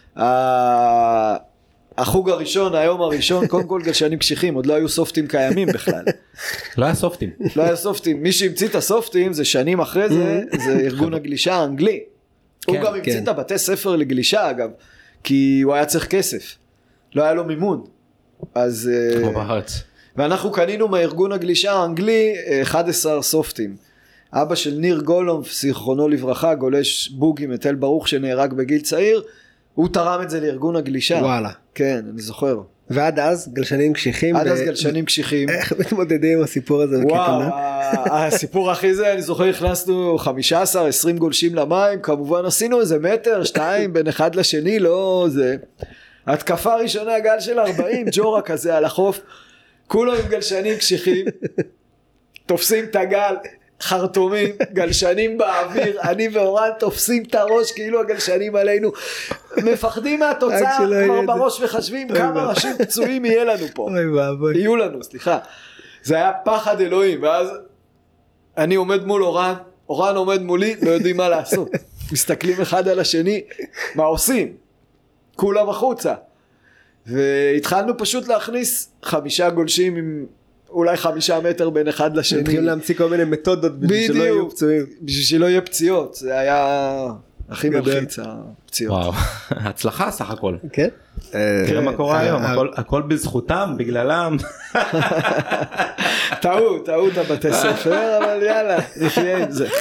החוג הראשון, היום הראשון, קודם כל גלשנים קשיחים, עוד לא היו סופטים קיימים בכלל. לא היה סופטים. לא היה סופטים. מי שהמציא את הסופטים, זה שנים אחרי זה, זה ארגון הגלישה האנגלי. הוא גם המציא את הבתי ספר לגלישה, אגב, כי הוא היה צריך כסף. לא היה לו מימון. אז... כמו בארץ. ואנחנו קנינו מהארגון הגלישה האנגלי 11 סופטים. אבא של ניר גולום, זיכרונו לברכה, גולש בוגי מתל ברוך שנהרג בגיל צעיר, הוא תרם את זה לארגון הגלישה. וואלה. כן, אני זוכר. ועד אז גלשנים קשיחים. עד אז גלשנים קשיחים. איך מתמודדים עם הסיפור הזה? וואו, הסיפור הכי זה, אני זוכר, הכנסנו 15-20 גולשים למים, כמובן עשינו איזה מטר, 2 בין אחד לשני, לא זה. התקפה ראשונה, גל של 40, ג'ורה כזה על החוף, כולו עם גלשנים קשיחים, תופסים את הגל, חרטומים, גלשנים באוויר, אני ואורן תופסים את הראש כאילו הגלשנים עלינו, מפחדים מהתוצאה כבר בראש וחשבים כמה ראשים פצועים יהיה לנו פה, יהיו לנו, סליחה. זה היה פחד אלוהים, ואז אני עומד מול אורן עומד מולי, לא יודעים מה לעשות, מסתכלים אחד על השני, מה עושים? כולם החוצה, והתחלנו פשוט להכניס 5 גולשים עם אולי 5 מטר בין אחד לשני. התחילו להמציא כל מיני מתודות בשביל שלא יהיו פצועים. בשביל שלא יהיה פציעות. זה היה הכי מלחיץ הפציעות. וואו, הצלחה סך הכל. כן. תראה מה קורה היום, הכל בזכותם, בגללם. טעות הבתי ספר, אבל יאללה, נחיה עם זה.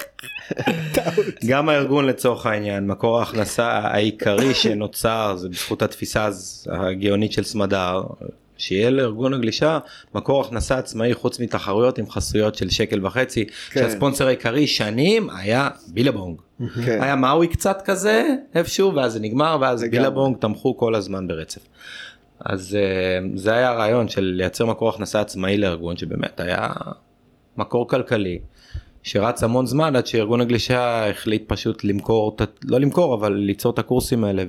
גם הארגון לצורך העניין, מקור ההכנסה העיקרי שנוצר, זה בזכות התפיסה הגאונית של סמדר, שיהיה לארגון הגלישה מקור הכנסה עצמאי חוץ מתחרויות עם חסויות של $1.50, שהספונסר העיקרי שנים היה בילבונג. היה מאוי קצת כזה איפשהו, ואז זה נגמר, ואז בילבונג תמכו כל הזמן ברצף. אז זה היה הרעיון של לייצר מקור הכנסה עצמאי לארגון, שבאמת היה מקור כלכלי, שרץ המון זמן עד שארגון הגלישה החליט פשוט למכור, לא למכור, אבל ליצור את הקורסים האלה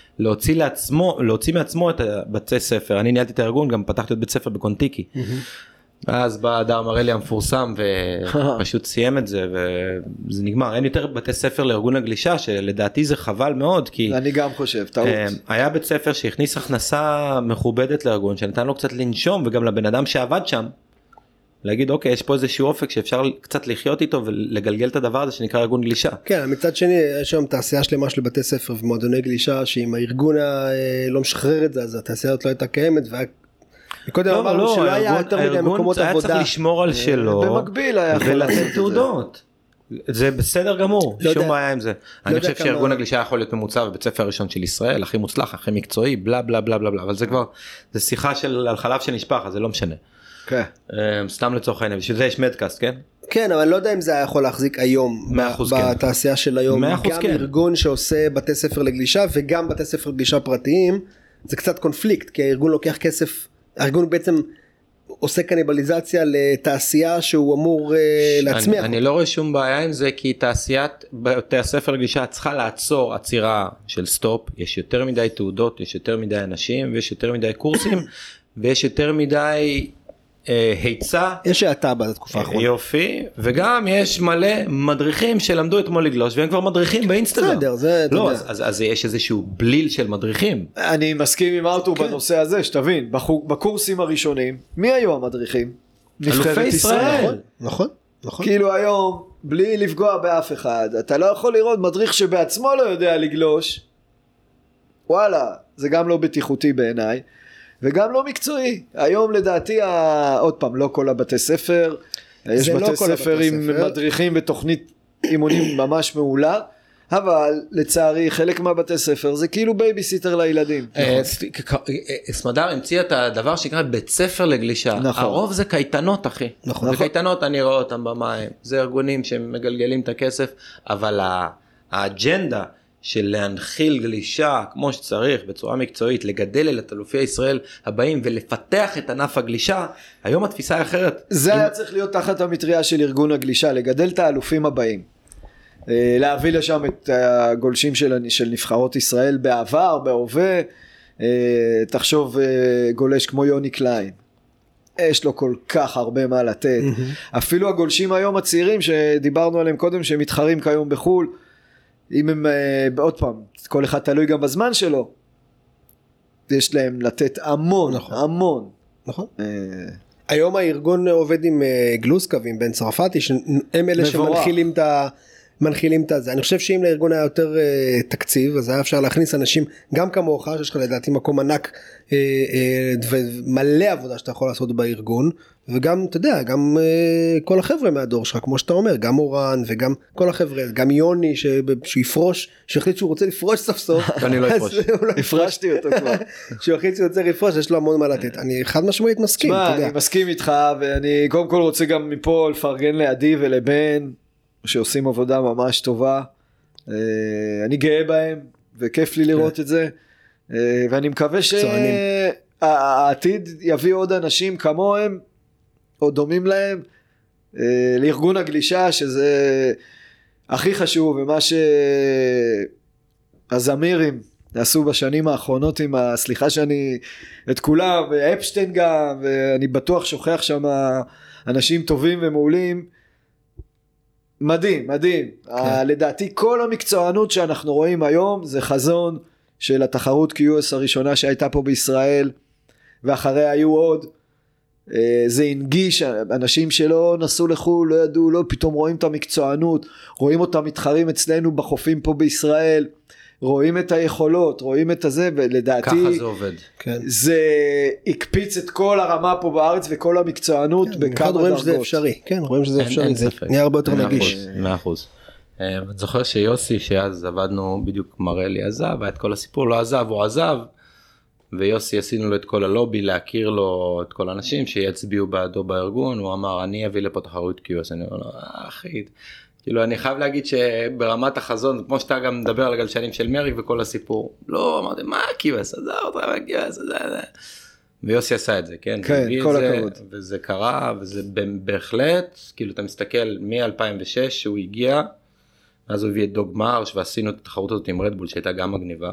ולהוציא מעצמו את בתי ספר. אני ניהלתי את הארגון, גם פתחתי את בית ספר בקונטיקי. אז בא דר מרלי המפורסם ופשוט סיים את זה, וזה נגמר. אין יותר בתי ספר לארגון הגלישה, שלדעתי זה חבל מאוד, כי... אני גם חושב, טעות. היה בית ספר שהכניס הכנסה מכובדת לארגון, שנתן לו קצת לנשום, וגם לבן אדם שעבד שם, להגיד אוקיי, יש פה איזשהו אופק שאפשר קצת לחיות איתו ולגלגל את הדבר הזה שנקרא ארגון גלישה. כן, מצד שני יש שם תעשייה שלמה של בתי ספר ומועדוני גלישה, שאם הארגון לא משחרר את זה, אז התעשייה הזאת לא הייתה קיימת, וקודם אמרנו שלא היה יותר מדי מקומות עבודה. היה צריך לשמור על שלו, במקביל היה ולתת תעודות. זה בסדר גמור, שום בעיה עם זה. אני חושב שארגון הגלישה יכול להיות ממוצע בבית ספר הראשון של ישראל, הכי מוצלח, הכי מקצועי, בלה בלה בלה בלה, אבל זה כבר, זה שיחה על חלב שנשפך, אז זה לא משנה. סתם לצורך העניין, בשביל זה יש מדקאסט, כן? כן, אבל לא יודע אם זה יכול להחזיק היום בתעשייה של היום. גם ארגון שעושה בתי ספר לגלישה וגם בתי ספר לגלישה פרטיים, זה קצת קונפליקט, כי הארגון לוקח כסף, הארגון בעצם עושה קניבליזציה לתעשייה שהוא אמור להצמיח. אני לא רואה שום בעיה עם זה, כי תעשיית בתי הספר לגלישה צריכה לעצור עצירה של סטופ, יש יותר מדי תעודות, יש יותר מדי אנשים, ויש יותר מדי קורסים, ויש יותר מדי היצע. יש האטה בתקופה האחרונה. יופי, וגם יש מלא מדריכים שלמדו אתמול לגלוש, והם כבר מדריכים באינסטגרם. בסדר, זה... לא, אז יש איזשהו בליל של מדריכים. אני מסכים עם ארתור בנושא הזה, שתבין, בקורסים הראשונים, מי היו המדריכים? אלופי ישראל. נכון. כאילו היום, בלי לפגוע באף אחד, אתה לא יכול לראות מדריך שבעצמו לא יודע לגלוש, וואלה, זה גם לא בטיחותי בעיניי, וגם לא מקצועי. היום לדעתי, עוד פעם, לא כל הבתי ספר, יש בתי ספר עם מדריכים בתוכנית אימונים ממש מעולה, אבל לצערי חלק מהבתי ספר זה כאילו בייביסיטר לילדים. סמדר המציא את הדבר שנקרא בית ספר לגלישה. הרוב זה קייטנות, אחי. זה קייטנות, אני רואה אותם במים. זה ארגונים שמגלגלים את הכסף, אבל האג'נדה של להנחיל גלישה כמו שצריך, בצורה מקצועית, לגדל את אלופי ישראל הבאים ולפתח את ענף הגלישה, היום התפיסה היא אחרת. זה היה צריך להיות תחת המטריה של ארגון הגלישה, לגדל את האלופים הבאים. להביא לשם את הגולשים של נבחרות ישראל בעבר, בהווה. תחשוב גולש כמו יוני קליין, יש לו כל כך הרבה מה לתת. אפילו הגולשים היום הצעירים שדיברנו עליהם קודם, שמתחרים כיום בחול, אם הם, עוד פעם, כל אחד תלוי גם בזמן שלו, יש להם לתת המון, המון. נכון. היום הארגון עובד עם גלוסקה ועם בן צרפתי, שהם אלה שמנחילים את זה. אני חושב שאם לארגון היה יותר תקציב, אז היה אפשר להכניס אנשים, גם כמוך, שיש לך לדעתי מקום ענק, ומלא עבודה שאתה יכול לעשות בארגון, וגם, אתה יודע, גם כל החבר'ה מהדור שלך, כמו שאתה אומר, גם אורן, וגם כל החבר'ה, גם יוני, שיפרוש, שהחליט שהוא רוצה לפרוש סוף סוף. אני לא אפרוש. הפרשתי אותו כבר. שהוא החליט שהוא רוצה לפרוש, יש לו המון מה לתת. אני חד משמעית מסכים, אתה יודע. אני מסכים איתך, ואני קודם כל רוצה גם מפה לפרגן לעדי ולבן, שעושים עבודה ממש טובה. אני גאה בהם, וכיף לי לראות את זה. ואני מקווה שהעתיד יביא עוד אנשים כמוהם, או דומים להם, לארגון הגלישה, שזה הכי חשוב, ומה שהזמירים עשו בשנים האחרונות, עם הסליחה שאני, את כולם, ואפשטיין גם, ואני בטוח שוכח שם אנשים טובים ומעולים, מדהים, מדהים. לדעתי כל המקצוענות שאנחנו רואים היום, זה חזון של התחרות QS הראשונה שהייתה פה בישראל, ואחריה היו עוד. זה הנגיש, אנשים שלא נסעו לחול, לא ידעו, לא, פתאום רואים את המקצוענות, רואים אותם מתחרים אצלנו בחופים פה בישראל, רואים את היכולות, רואים את הזה, ולדעתי ככה זה עובד. זה הקפיץ את כל הרמה פה בארץ וכל המקצוענות בכמה דרגות. רואים שזה אפשרי, כן, רואים שזה אפשרי, זה נהיה הרבה יותר נגיש. 100%. אני זוכר שיוסי, שאז עבדנו בדיוק, מראה לי עזב, ואת כל הסיפור לא עזב, הוא עזב, ויוסי עשינו לו את כל הלובי, להכיר לו את כל האנשים שיצביעו בעדו בארגון, הוא אמר, אני אביא לפה תחרות QS, אני אומר לו, אחי, כאילו אני חייב להגיד שברמת החזון, כמו שאתה גם מדבר על הגלשנים של מריק וכל הסיפור, לא, אמרתי, מה QS, עזב אותך מה-QS, זה. ויוסי עשה את זה, כן? כן, כל הכבוד. וזה קרה, וזה בהחלט, כאילו אתה מסתכל מ-2006 שהוא הגיע, אז הוא הביא את דוג מרש, ועשינו את התחרות הזאת עם רדבול, שהייתה גם מגניבה.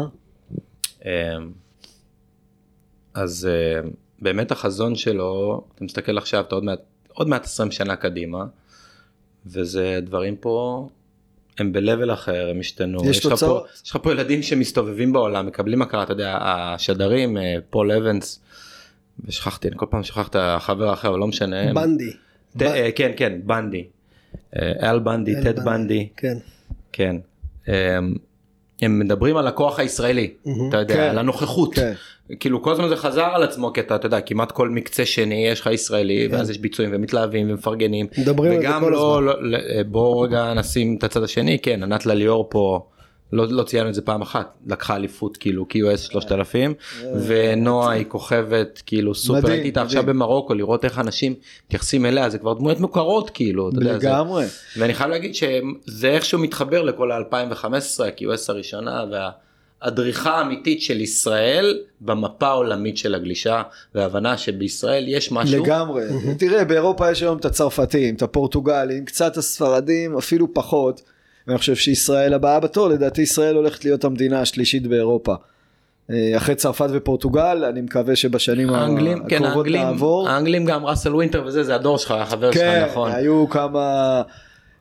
אז באמת החזון שלו, אתה מסתכל עכשיו, אתה עוד מעט 20 שנה קדימה, וזה דברים פה, הם בלבל אחר, הם השתנו. יש לך פה ילדים שמסתובבים בעולם, מקבלים הכרה, אתה יודע, השדרים, פול אבנס, ושכחתי, אני כל פעם שכחת החבר האחר, אבל לא משנה. בנדי. כן, בנדי. אל בנדי, טד בנדי. כן. הם מדברים על הכוח הישראלי, אתה יודע, על הנוכחות. כאילו כל הזמן זה חזר על עצמו, כי אתה יודע, כמעט כל מקצה שני יש לך ישראלי, ואז יש ביצועים ומתלהבים ומפרגנים. וגם בואו רגע נשים את הצד השני, כן, ענת לליאור פה, לא ציינו את זה פעם אחת, לקחה אליפות כאילו QS 3000, ונועה היא כוכבת כאילו סופר, הייתי איתה עכשיו במרוקו, לראות איך אנשים מתייחסים אליה, זה כבר דמויות מוכרות כאילו, לגמרי. ואני חייב להגיד שזה איכשהו מתחבר לכל ה-2015, ה-QS הראשונה, והדריכה האמיתית של ישראל, במפה העולמית של הגלישה, והבנה שבישראל יש משהו. לגמרי, תראה, באירופה יש היום את הצרפתים, את הפורטוגלים, קצת הספרדים, אפילו פחות, ואני חושב שישראל הבאה בתור, לדעתי ישראל הולכת להיות המדינה השלישית באירופה. אחרי צרפת ופורטוגל, אני מקווה שבשנים הקרובות נעבור. האנגלים גם, ראסל ווינטר וזה, זה הדור שלך, החבר שלך, נכון. כן, היו כמה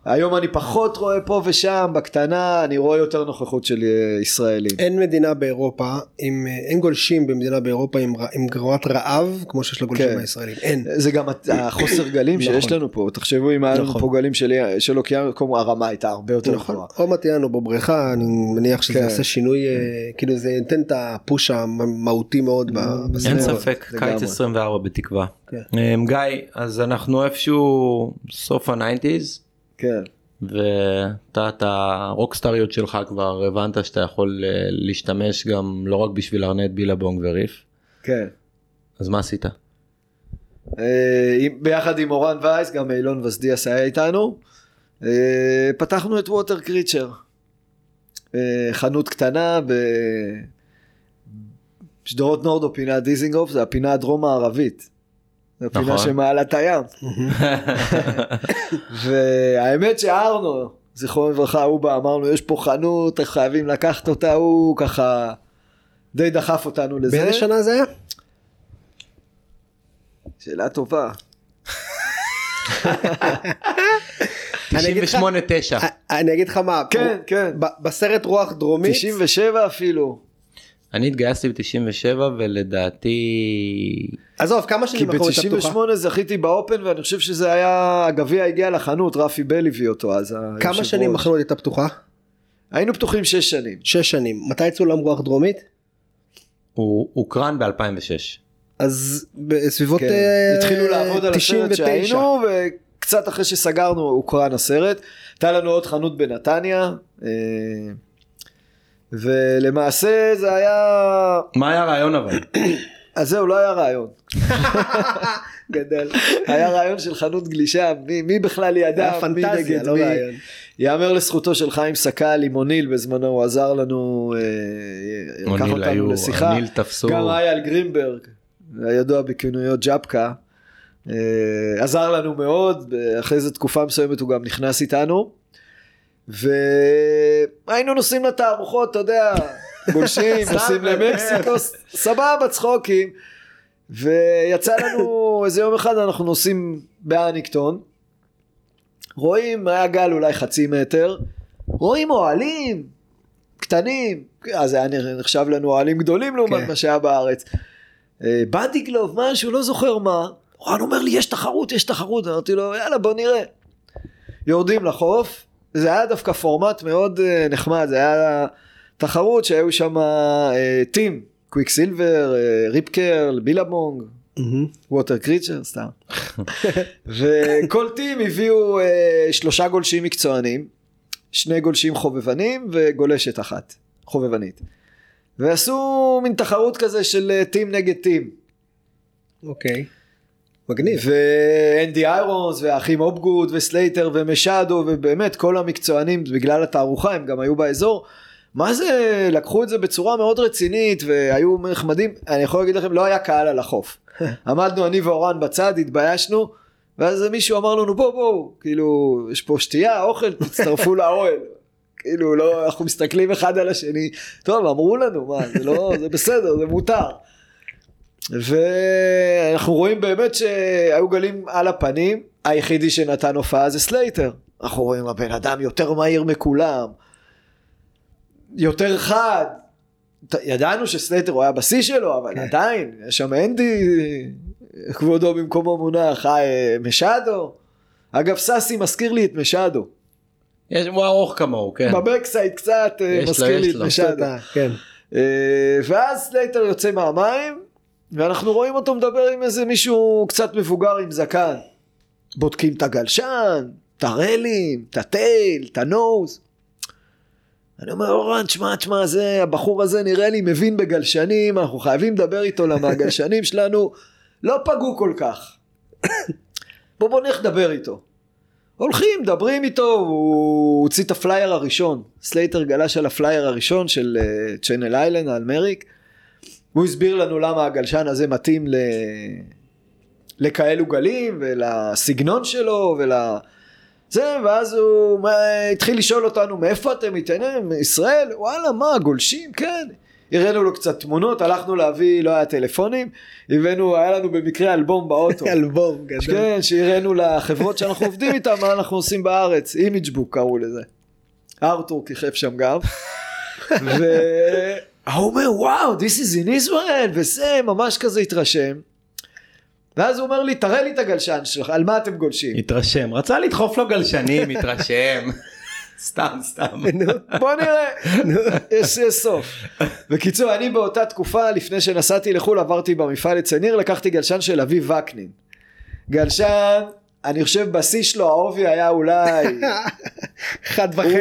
היום אני פחות רואה פה ושם, בקטנה אני רואה יותר נוכחות של ישראלים. אין מדינה באירופה, אין גולשים במדינה באירופה עם גרועת רעב, כמו שיש לגולשים הישראלים, אין. זה גם החוסר גלים שיש לנו פה, תחשבו אם היה לנו פה גלים של אוקיינוס, כמו הרמה הייתה הרבה יותר גבוהה. עוד מעט תהיה לנו בבריכה, אני מניח שזה יעשה שינוי, כאילו זה ייתן את הפוש המהותי מאוד. אין ספק, קיץ 24 בתקווה. גיא, אז אנחנו איפשהו סוף ה-90s, כן. ואתה את הרוקסטריות שלך כבר הבנת שאתה יכול להשתמש גם לא רק בשביל ארנט, בילבונג וריף. כן. אז מה עשית? ביחד עם אורן וייס, גם אילון וסדיאס היה איתנו, פתחנו את ווטר קריצ'ר. חנות קטנה בשדרות נורדו, פינת דיזינגוף, זה הפינה הדרום הערבית. זו פינה שמעלת הים. והאמת שארנו, זכרו לברכה, הוא בא, אמרנו, יש פה חנות, חייבים לקחת אותה, הוא ככה די דחף אותנו לזה. באיזה שנה זה היה? שאלה טובה. 98-9. אני אגיד לך מה, כן, כן. בסרט רוח דרומית. 97 אפילו. אני התגייסתי ב-97 ולדעתי... עזוב, כמה שנים כי ב-98 זכיתי באופן ואני חושב שזה היה, הגביע הגיע לחנות, רפי בל הביא אותו אז. כמה שנים מחנות הייתה פתוחה? היינו פתוחים 6 שנים. 6 שנים. מתי צולם רוח דרומית? הוא הוקרן ב-2006. אז בסביבות 99. התחילו לעבוד על הסרט שהיינו וקצת אחרי שסגרנו הוקרן הסרט. הייתה לנו עוד חנות בנתניה. ולמעשה זה היה... מה היה הרעיון אבל? אז זהו, לא היה רעיון. גדל. היה רעיון של חנות גלישה, מי בכלל ידע, מי נגד מי. יאמר לזכותו של חיים סקל עם אוניל בזמנו, הוא עזר לנו, לקח אותנו לשיחה. אוניל תפסו. גם אייל גרינברג, הידוע בכינויות ג'פקה, עזר לנו מאוד, אחרי איזו תקופה מסוימת הוא גם נכנס איתנו. והיינו נוסעים לתערוכות, אתה יודע, גולשים, נוסעים למקסיקו, סבבה, צחוקים, ויצא לנו איזה יום אחד אנחנו נוסעים באניקטון, רואים, היה גל אולי 0.5 מטר, רואים אוהלים קטנים, אז היה נחשב לנו אוהלים גדולים לעומת מה שהיה בארץ, בדיגלוב, משהו, לא זוכר מה, הוא אומר לי, יש תחרות, אמרתי לו, יאללה בוא נראה, יורדים לחוף, זה היה דווקא פורמט מאוד נחמד, זה היה תחרות שהיו שם טים, קוויק סילבר, ריפ קרל, בילבונג, ווטר קריצ'ר, סתם. וכל טים הביאו 3 גולשים מקצוענים, 2 גולשים חובבנים וגולשת אחת, חובבנית. ועשו מין תחרות כזה של טים נגד טים. אוקיי. מגניב. ואנדי איירונס והאחים אופגוד וסלייטר ומשאדו ובאמת כל המקצוענים בגלל התערוכה הם גם היו באזור. מה זה, לקחו את זה בצורה מאוד רצינית והיו נחמדים. אני יכול להגיד לכם, לא היה קהל על החוף. עמדנו אני ואורן בצד, התביישנו, ואז מישהו אמר לנו בוא, כאילו יש פה שתייה, אוכל, תצטרפו לאוהל. כאילו לא, אנחנו מסתכלים אחד על השני. טוב, אמרו לנו, מה, זה לא, זה בסדר, זה מותר. ואנחנו רואים באמת שהיו גלים על הפנים, היחידי שנתן הופעה זה סלייטר, אנחנו רואים הבן אדם יותר מהיר מכולם, יותר חד, ידענו שסלייטר הוא היה בשיא שלו, אבל עדיין, יש שם אנדי, כבודו במקומו מונח, משאדו, אגב ססי מזכיר לי את משאדו, הוא ארוך כמוהו, כן. בבקסייד קצת מזכיר לי את משאדו, ואז סלייטר יוצא מהמים, ואנחנו רואים אותו מדבר עם איזה מישהו קצת מבוגר עם זקן. בודקים את הגלשן, את הרלים, את הטייל, את הנוז. אני אומר, אורן, תשמע, זה, הבחור הזה נראה לי מבין בגלשנים, אנחנו חייבים לדבר איתו למה הגלשנים שלנו לא פגעו כל כך. בוא נלך לדבר איתו. הולכים, מדברים איתו, הוא הוציא את הפלייר הראשון. סלייטר גלש על הפלייר הראשון של צ'אנל איילנד, על מריק. הוא הסביר לנו למה הגלשן הזה מתאים לכאלו גלים ולסגנון שלו ואז הוא התחיל לשאול אותנו מאיפה אתם מתעניינים? מישראל? וואלה מה גולשים? כן. הראינו לו קצת תמונות, הלכנו להביא, לא היה טלפונים, היה לנו במקרה אלבום באוטו. אלבום, גדול. כן, שהראינו לחברות שאנחנו עובדים איתם, מה אנחנו עושים בארץ, אימיג'בוק קראו לזה. ארתור כיכב שם גם. והוא אומר, וואו, this is in Israel, וזה ממש כזה התרשם. ואז הוא אומר לי, תראה לי את הגלשן שלך, על מה אתם גולשים? התרשם, רצה לדחוף לו גלשנים, התרשם. סתם. בוא נראה, יש סוף. בקיצור, אני באותה תקופה, לפני שנסעתי לחול, עברתי במפעל לצניר, לקחתי גלשן של אביב וקנין. גלשן, אני חושב בשיא שלו, העובי היה אולי 1.5,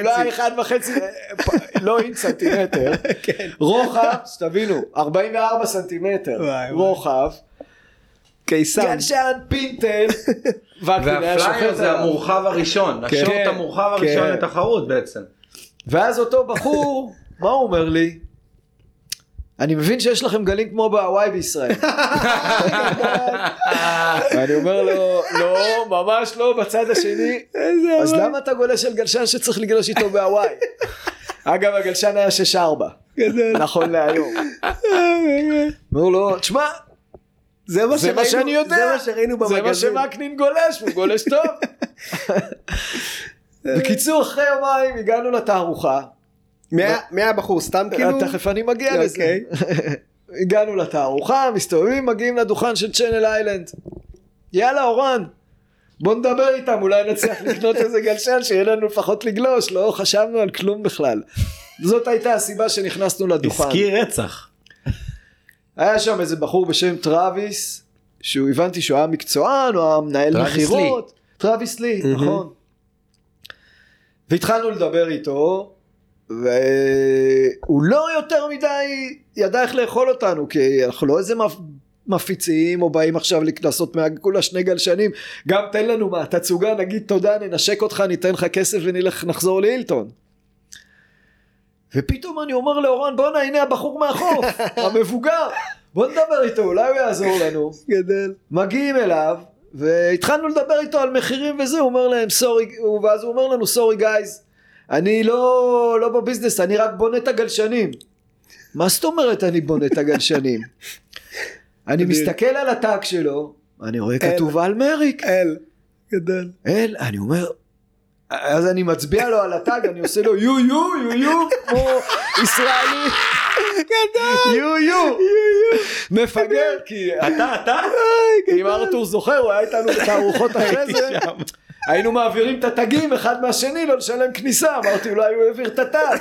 לא אינץ' סנטימטר, רוחב, שתבינו, 44 סנטימטר, רוחב, גלשן פינטל, והפלייר זה המורחב הראשון, השוט המורחב הראשון לתחרות בעצם. ואז אותו בחור, מה הוא אומר לי? אני מבין שיש לכם גלים כמו בהוואי בישראל. ואני אומר לו, לא, ממש לא, בצד השני. אז למה אתה גולש על גלשן שצריך לגלוש איתו בהוואי? אגב, הגלשן היה 6-4. נכון להיום. אומר לו, תשמע, זה מה שאני יודע. זה מה שראינו במגזין. זה מה שמקנין גולש, הוא גולש טוב. בקיצור, אחרי יומיים הגענו לתערוכה. מי הבחור? סתם כאילו? תכף אני מגיע לזה. הגענו לתערוכה, מסתובבים, מגיעים לדוכן של צ'אנל איילנד. יאללה אורן, בוא נדבר איתם, אולי נצליח לקנות איזה גלשן שיהיה לנו לפחות לגלוש, לא חשבנו על כלום בכלל. זאת הייתה הסיבה שנכנסנו לדוכן. עסקי רצח. היה שם איזה בחור בשם טרוויס, שהוא הבנתי שהוא היה מקצוען, הוא היה מנהל מחירות. טרוויס לי, נכון. והתחלנו לדבר איתו, והוא לא יותר מדי ידע איך לאכול אותנו, כי אנחנו לא איזה מפיצים, או באים עכשיו לעשות כולה 2 גלשנים, גם תן לנו מה, תצוגה, נגיד תודה, ננשק אותך, ניתן לך כסף ונלך נחזור לאילטון. ופתאום אני אומר לאורן, בוא הנה הבחור מהחוף, המבוגר, בוא נדבר איתו, אולי הוא יעזור לנו. גדל. מגיעים אליו, והתחלנו לדבר איתו על מחירים וזה, הוא אומר להם, סורי, ואז הוא אומר לנו, סורי גייז, אני לא בביזנס, אני רק בונה את הגלשנים. מה זאת אומרת אני בונה את הגלשנים? אני מסתכל על הטאג שלו, אני רואה כתוב על מריק. גדל. אני אומר, אז אני מצביע לו על הטאג, אני עושה לו יו, כמו ישראלי. גדל. יו. מפגר, כי... אתה? אם ארתור זוכר, הוא היה איתנו בתערוכות אחרי זה. היינו מעבירים את הטאגים אחד מהשני, לא לשלם כניסה, אמרתי אולי הוא העביר את הטאג.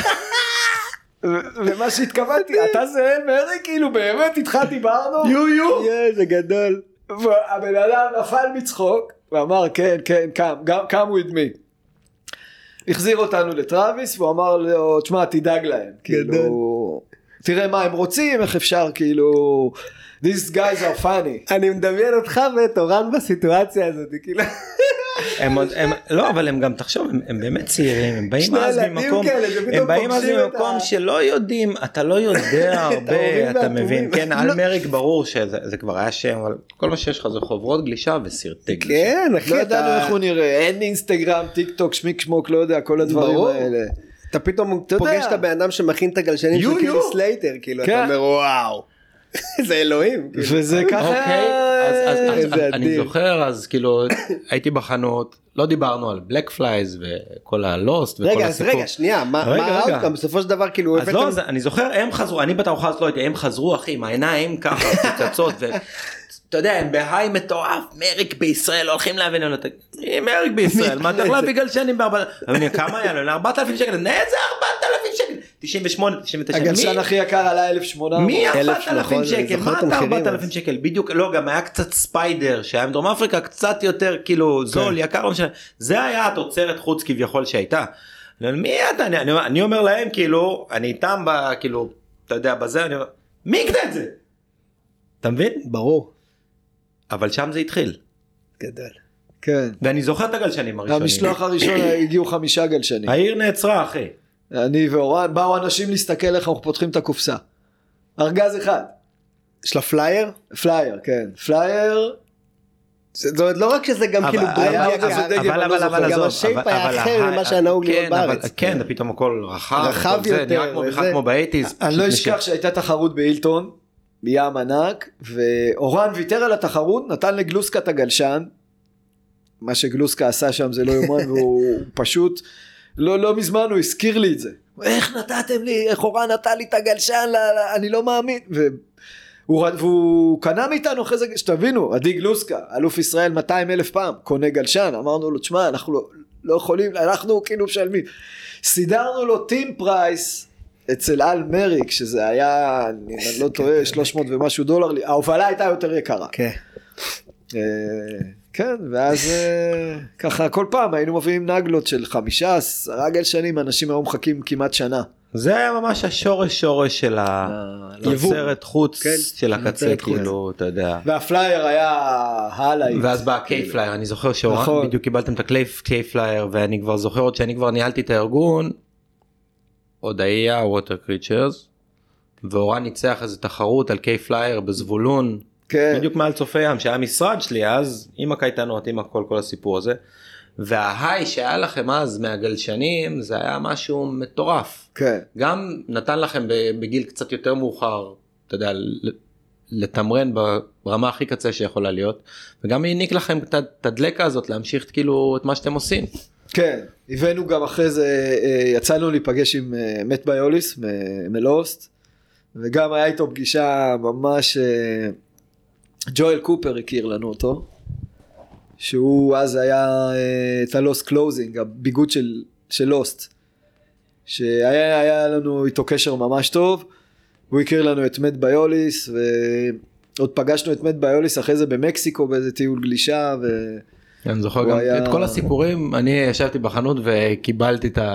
ומה שהתכוונתי, אתה זה מרי, כאילו באמת איתך דיברנו? יו. זה גדול. והבן אדם נפל מצחוק, ואמר כן, come with me. החזיר אותנו לטרוויס, והוא אמר לו, תשמע, תדאג להם. כאילו, תראה מה הם רוצים, איך אפשר, כאילו, these guys are funny. אני מדמיין אותך ואת אורן בסיטואציה הזאת, כאילו. לא, אבל הם גם, תחשוב, הם באמת צעירים, הם באים אז ממקום שלא יודעים, אתה לא יודע הרבה, אתה מבין, כן, על מריק ברור שזה כבר היה שם, אבל כל מה שיש לך זה חוברות גלישה וסרטי גלישה. כן, אחי, לא ידענו איך הוא נראה, אין אינסטגרם, טיק טוק, שמיק שמוק, לא יודע, כל הדברים האלה. אתה פתאום פוגש את הבן אדם שמכין את הגלשנים של קילי סלייטר, כאילו, אתה אומר וואו. זה אלוהים. וזה ככה. אני זוכר, אז כאילו הייתי בחנות, לא דיברנו על בלק פלייז וכל הלוסט וכל הסיפור. רגע, שנייה, מה האוטקאם? בסופו של דבר כאילו... אז לא, אני זוכר, הם חזרו, אני בתערוכה הזאת לא הייתי, הם חזרו אחי, עם העיניים ככה, פצצות, ואתה יודע, הם בהיי מטורף, מריק בישראל, הולכים להבין, מריק בישראל, מה אתה להביא גלשנים כמה היה לו? 4,000 שקל, איזה 4,000 שקל? 98, 99. הגלשן הכי יקר עלה 1,800. מי 4,000 שקל? מה אתה 4,000 שקל? בדיוק, לא, גם היה קצת ספיידר, שהיה מדרום אפריקה קצת יותר כאילו זול, יקר, זה היה התוצרת חוץ כביכול שהייתה. מי אתה? אני אומר להם כאילו, אני איתם כאילו, אתה יודע, בזה, אני אומר, מי יקנה את זה? אתה מבין? ברור. אבל שם זה התחיל. גדל. כן. ואני זוכר את הגלשנים הראשונים. המשלוח הראשון הגיעו 5 גלשנים. העיר נעצרה אחי. אני ואורן, באו אנשים להסתכל איך אנחנו פותחים את הקופסה. ארגז אחד. יש לה פלייר? פלייר, כן. פלייר, זאת אומרת, לא רק שזה גם כאילו ברנדי כזה דגל, גם השייפ היה אחר ממה שהנהוג להיות בארץ. כן, פתאום הכל רחב יותר, נראה כמו בכלל כמו באייטיז. אני לא אשכח שהייתה תחרות באילטון, בים ענק, ואורן ויתר על התחרות, נתן לגלוסקה את הגלשן, מה שגלוסקה עשה שם זה לא יומן, והוא פשוט, לא מזמן הוא הזכיר לי את זה. איך נתתם לי, איך אורן נתן לי את הגלשן, אני לא מאמין, והוא קנה מאיתנו אחרי זה, שתבינו, עדי גלוסקה, אלוף ישראל 200,000 פעם, קונה גלשן, אמרנו לו, תשמע, אנחנו לא יכולים, אנחנו כאילו משלמים, סידרנו לו טים פרייס, אצל אל מריק, שזה היה, אני לא טועה, 300 ומשהו דולר, ההובלה הייתה יותר יקרה. כן, ואז ככה כל פעם היינו מביאים נגלות של 5-10 גלשנים, אנשים היו מחכים כמעט שנה. זה היה ממש השורש של היוצרת חוץ של הקצה, כאילו, אתה יודע. והפלייר היה הלאה. ואז בא קייפלייר, אני זוכר שאורן, בדיוק קיבלתם את הקייפלייר, ואני כבר זוכר עוד שאני כבר ניהלתי את הארגון, עוד היה ווטר קריצ'רס, ואורן ניצח איזו תחרות על קייפלייר בזבולון, בדיוק מעל צופי ים, שהיה משרד שלי אז, עם הקייטנות, עם כל הסיפור הזה, וההיי שהיה לכם אז מהגלשנים, זה היה משהו מטורף. כן. גם נתן לכם בגיל קצת יותר מאוחר, אתה יודע, לתמרן ברמה הכי קצה שיכולה להיות, וגם העניק לכם את הדלקה הזאת, להמשיך כאילו את מה שאתם עושים. כן, הבאנו גם אחרי זה, יצאנו להיפגש עם מת ביוליס מלוסט, וגם היה איתו פגישה ממש, ג'ואל קופר הכיר לנו אותו, שהוא אז היה את הלוסט קלוזינג, הביגוד של לוסט, שהיה לנו איתו קשר ממש טוב, הוא הכיר לנו את מת ביוליס, ועוד פגשנו את מת ביוליס אחרי זה במקסיקו באיזה טיול גלישה, אני זוכר גם את כל הסיפורים, אני ישבתי בחנות וקיבלתי את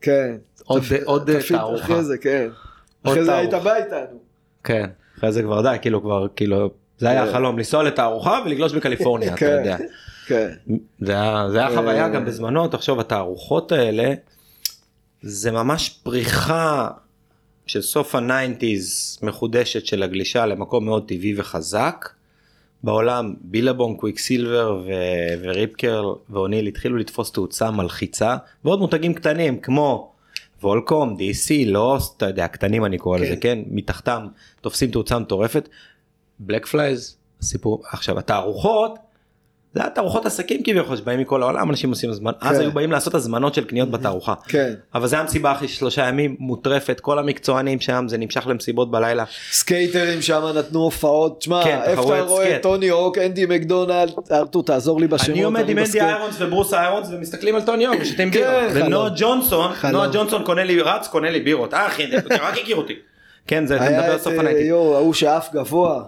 עוד תערוכה. אחרי זה, כן. אחרי זה היית בא איתנו. כן, אחרי זה כבר די, כאילו, זה היה החלום, לנסוע לתערוכה ולגלוש בקליפורניה, אתה יודע. זה היה חוויה גם בזמנו, תחשוב, התערוכות האלה, זה ממש פריחה של סוף ה-90s מחודשת של הגלישה למקום מאוד טבעי וחזק. בעולם בילבונג, קוויקסילבר וריפקר ואוניל התחילו לתפוס תאוצה מלחיצה, ועוד מותגים קטנים כמו וולקום, DC, לוסט, אתה יודע, קטנים אני קורא לזה, כן? מתחתם תופסים תאוצה מטורפת. בלק פלייז, הסיפור, עכשיו התערוכות, זה היה תערוכות עסקים כביכול, שבאים מכל העולם, אנשים עושים הזמן, אז היו באים לעשות הזמנות של קניות בתערוכה. אבל זה המסיבה אחרי 3 ימים, מוטרפת, כל המקצוענים שם, זה נמשך למסיבות בלילה. סקייטרים שם נתנו הופעות, תשמע, איפה אתה רואה טוני הוק, אנדי מקדונלד, ארתור תעזור לי בשמות. אני עומד עם אנדי איירונס וברוס איירונס, ומסתכלים על טוני הוק, ושתיים בירות. ונועה ג'ונסון קונה לי בירות, אחי, רק הכיר אותי. כן, זה מדבר סוף הנייטי. ההוא שאף גבוה,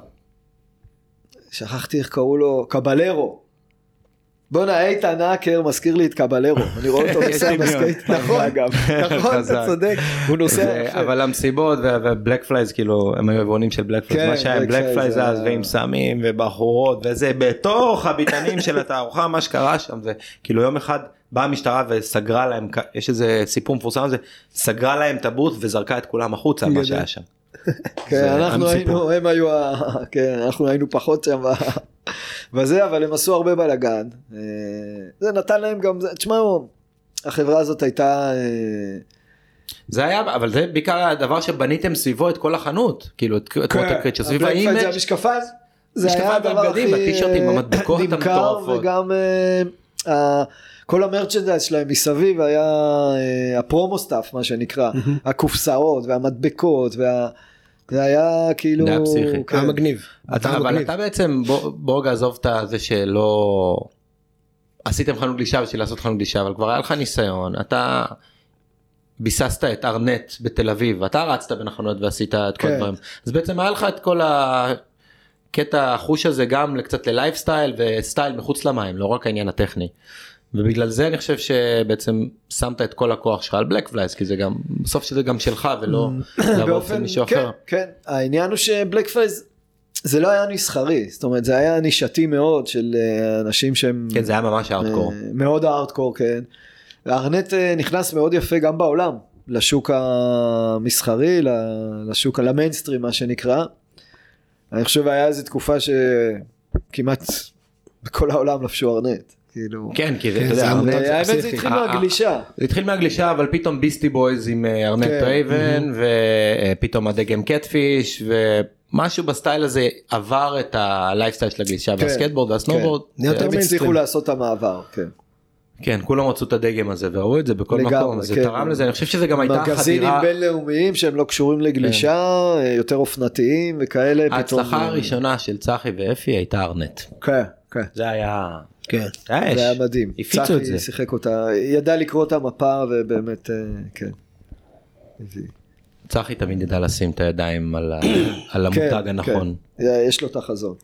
שכחתי איך קראו לו, קבלרו. בונה, איתן נאקר מזכיר לי את קבלרו, אני רואה אותו נוסע בסקייט, נכון, אתה צודק, הוא נוסע. אבל המסיבות ובלק פלייז, כאילו, הם היו יבואנים של בלק פלייז, מה שהיה עם בלק פלייז אז, ועם סמים ובחורות, וזה בתוך הביטנים של התערוכה, מה שקרה שם, וכאילו יום אחד באה המשטרה וסגרה להם, יש איזה סיפור מפורסם הזה, סגרה להם את הבוט וזרקה את כולם החוצה, מה שהיה שם. כן, אנחנו היינו פחות שם וזה, אבל הם עשו הרבה בלגן. זה נתן להם גם, תשמעו, החברה הזאת הייתה... זה היה, אבל זה בעיקר הדבר שבניתם סביבו את כל החנות, כאילו את ווטר קריצ'רס. זה המשקפיים, זה היה הדבר הכי נמכר, וגם כל המרצ'נדייז שלהם מסביב היה הפרומוסטאפ, מה שנקרא, הקופסאות והמדבקות זה היה כאילו... זה היה פסיכי. היה מגניב. אבל אתה בעצם, בוא רגע עזוב את זה שלא... עשיתם חנות גלישה בשביל לעשות חנות גלישה, אבל כבר היה לך ניסיון, אתה ביססת את ארנט בתל אביב, אתה רצת בין החנויות ועשית את כל הדברים. אז בעצם היה לך את כל הקטע החוש הזה גם קצת ללייפסטייל וסטייל מחוץ למים, לא רק העניין הטכני. ובגלל זה אני חושב שבעצם שמת את כל הכוח שלך על בלק פלייז, כי זה גם, בסוף שזה גם שלך ולא לעבוד של מישהו אחר. כן, העניין הוא שבלק פלייז זה לא היה נסחרי, זאת אומרת זה היה נישתי מאוד של אנשים שהם... כן, זה היה ממש הארדקור. מאוד הארדקור, כן. הארנט נכנס מאוד יפה גם בעולם, לשוק המסחרי, לשוק, למיינסטרים מה שנקרא. אני חושב היה איזו תקופה שכמעט בכל העולם לפשו ארנט. כאילו... כן, כי אתה יודע, האמת זה התחיל מהגלישה. זה התחיל מהגלישה, אבל פתאום ביסטי בויז עם ארנט רייבן, ופתאום הדגם קטפיש, ומשהו בסטייל הזה עבר את הלייפסטייל של הגלישה, והסקטבורד והסנובורד. הם הצליחו לעשות את המעבר, כן. כן, כולם מצאו את הדגם הזה, וראו את זה בכל מקום, זה תרם לזה, אני חושב שזה גם הייתה חדירה... מגזינים בינלאומיים שהם לא קשורים לגלישה, יותר אופנתיים וכאלה. ההצלחה הראשונה של צחי ואפי הייתה ארנט. כן, כן. זה היה... כן. זה היה מדהים. הפיצו את זה. צחי שיחק אותה, ידע לקרוא את המפה ובאמת, כן. צחי תמיד ידע לשים את הידיים על המותג הנכון. יש לו את החזון.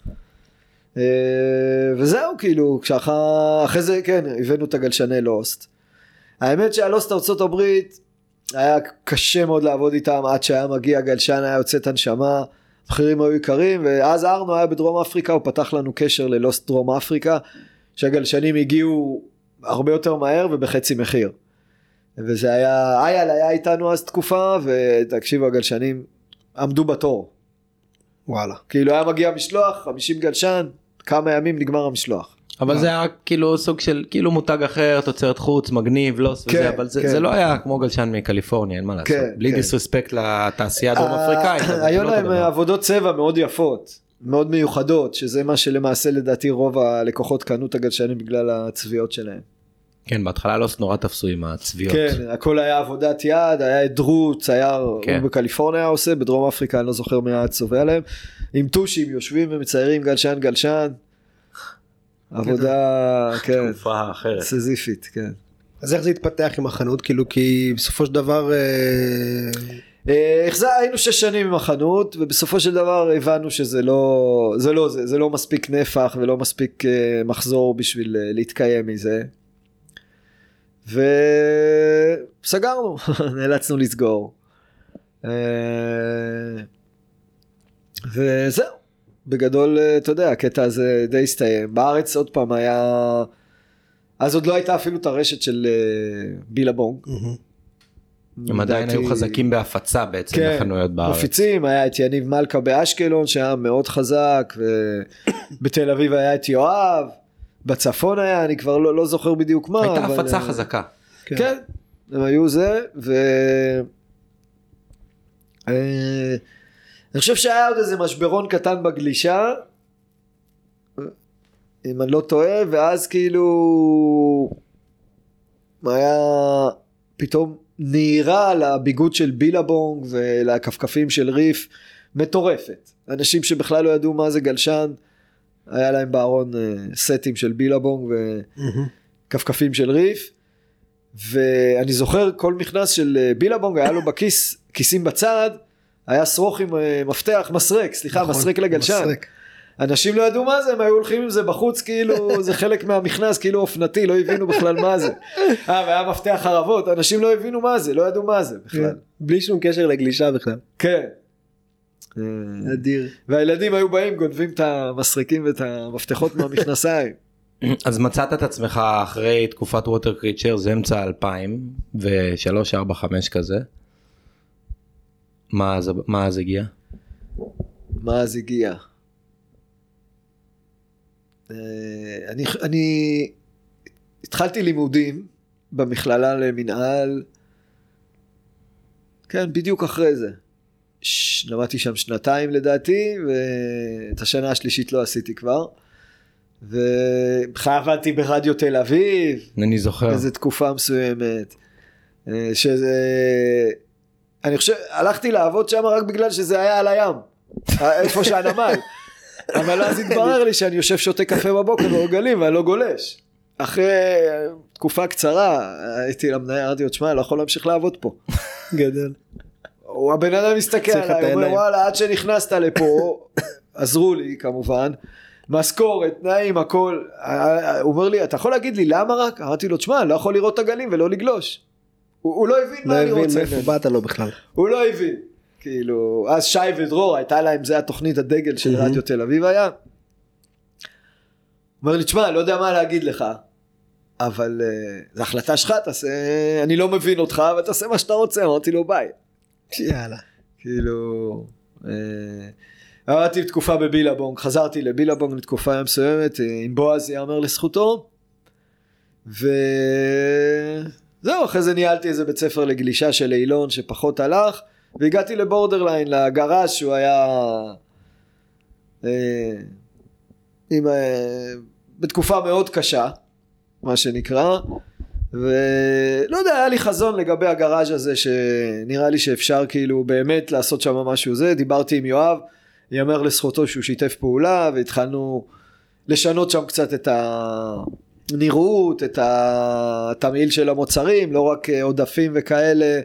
וזהו כאילו, אחרי זה כן, הבאנו את הגלשני לוסט. האמת שהלוסט ארצות הברית, היה קשה מאוד לעבוד איתם, עד שהיה מגיע גלשן, היה יוצא את הנשמה, מחירים היו יקרים, ואז ארנו היה בדרום אפריקה, הוא פתח לנו קשר ללוסט דרום אפריקה, שהגלשנים הגיעו הרבה יותר מהר ובחצי מחיר. וזה היה איתנו אז תקופה, ותקשיבו, הגלשנים עמדו בתור. וואלה. כאילו היה מגיע משלוח, 50 גלשן, כמה ימים נגמר המשלוח. אבל זה היה כאילו סוג של כאילו מותג אחר, תוצרת חוץ, מגניב, לוס וזה, אבל זה לא היה כמו גלשן מקליפורניה, אין מה לעשות. בלי דיסרספקט לתעשייה הדרום אפריקאית. היו להם עבודות צבע מאוד יפות, מאוד מיוחדות, שזה מה שלמעשה לדעתי רוב הלקוחות קנו את הגלשנים בגלל הצביעות שלהם. כן, בהתחלה לוס נורא תפסו עם הצביעות. כן, הכל היה עבודת יד, היה עדרות, צייר, הוא בקליפורניה עושה, בדרום אפריקה אני לא זוכר מי היה צובע להם, עם טושים יושבים ומציירים גלשן, עבודה, כן, תקופה אחרת. סזיפית, כן. אז איך זה התפתח עם החנות? כאילו, כי בסופו של דבר... היינו 6 שנים עם החנות, ובסופו של דבר הבנו שזה לא מספיק נפח, ולא מספיק מחזור בשביל להתקיים מזה. וסגרנו, נאלצנו לסגור. וזהו. בגדול, אתה יודע, הקטע הזה די הסתיים. בארץ עוד פעם היה... אז עוד לא הייתה אפילו את הרשת של בילבונג. הם עדיין היו חזקים בהפצה בעצם לחנויות בארץ. מפיצים, היה את יניב מלכה באשקלון שהיה מאוד חזק, ובתל אביב היה את יואב, בצפון היה, אני כבר לא זוכר בדיוק מה. הייתה הפצה חזקה. כן, הם היו זה, אני חושב שהיה עוד איזה משברון קטן בגלישה, אם אני לא טועה, ואז כאילו היה פתאום נהירה לביגוד של בילבונג ולכפכפים של ריף מטורפת. אנשים שבכלל לא ידעו מה זה גלשן, היה להם בארון סטים של בילבונג וכפכפים של ריף, ואני זוכר כל מכנס של בילבונג היה לו בכיס, כיסים בצד, היה שרוך עם מפתח, מסרק לגלשן. אנשים לא ידעו מה זה, הם היו הולכים עם זה בחוץ, כאילו זה חלק מהמכנס, כאילו אופנתי, לא הבינו בכלל מה זה. והיה מפתח חרבות, אנשים לא הבינו מה זה, לא ידעו מה זה בכלל. בלי שום קשר לגלישה בכלל. כן. אדיר. והילדים היו באים, גונבים את המסרקים ואת המפתחות מהמכנסיים. אז מצאת את עצמך אחרי תקופת ווטר קריצ'ר, זה אמצע 2000, ו3, 4, 5 כזה. מה אז הגיע? מה אז הגיע? אני התחלתי לימודים במכללה למנהל, כן, בדיוק אחרי זה. למדתי שם 2 לדעתי, ואת השנה השלישית לא עשיתי כבר. עבדתי ברדיו תל אביב. אני זוכר. איזו תקופה מסוימת. שזה... אני חושב, הלכתי לעבוד שם רק בגלל שזה היה על הים. איפה שהנמל. אבל אז התברר לי שאני יושב שותה קפה בבוקר ברגלים ואני לא גולש. אחרי תקופה קצרה הייתי למנהל, אמרתי לו, תשמע, אני לא יכול להמשיך לעבוד פה. גדל. הבן אדם מסתכל עליי, הוא אומר, וואלה, עד שנכנסת לפה, עזרו לי כמובן, משכורת, תנאים, הכל. הוא אומר לי, אתה יכול להגיד לי למה רק? אמרתי לו, תשמע, אני לא יכול לראות את הגלים ולא לגלוש. הוא לא הבין מה אני רוצה. לא הבין מאיפה באת לו בכלל. הוא לא הבין. כאילו, אז שי ודרור, הייתה להם, זה התוכנית הדגל של רדיו תל אביב היה. אומר לי, תשמע, לא יודע מה להגיד לך, אבל זו החלטה שלך, אני לא מבין אותך, אבל תעשה מה שאתה רוצה. אמרתי לו, ביי. יאללה. כאילו, עבדתי תקופה בבילבונג, חזרתי לבילבונג לתקופה מסוימת, עם בועז יאמר לזכותו, וזהו, אחרי זה ניהלתי איזה בית ספר לגלישה של אילון שפחות הלך, והגעתי לבורדרליין, לגראז' שהוא היה בתקופה מאוד קשה, מה שנקרא, ולא יודע, היה לי חזון לגבי הגראז' הזה, שנראה לי שאפשר כאילו באמת לעשות שם משהו זה, דיברתי עם יואב, יאמר לזכותו שהוא שיתף פעולה, והתחלנו לשנות שם קצת את הנראות, את התמהיל של המוצרים, לא רק עודפים וכאלה,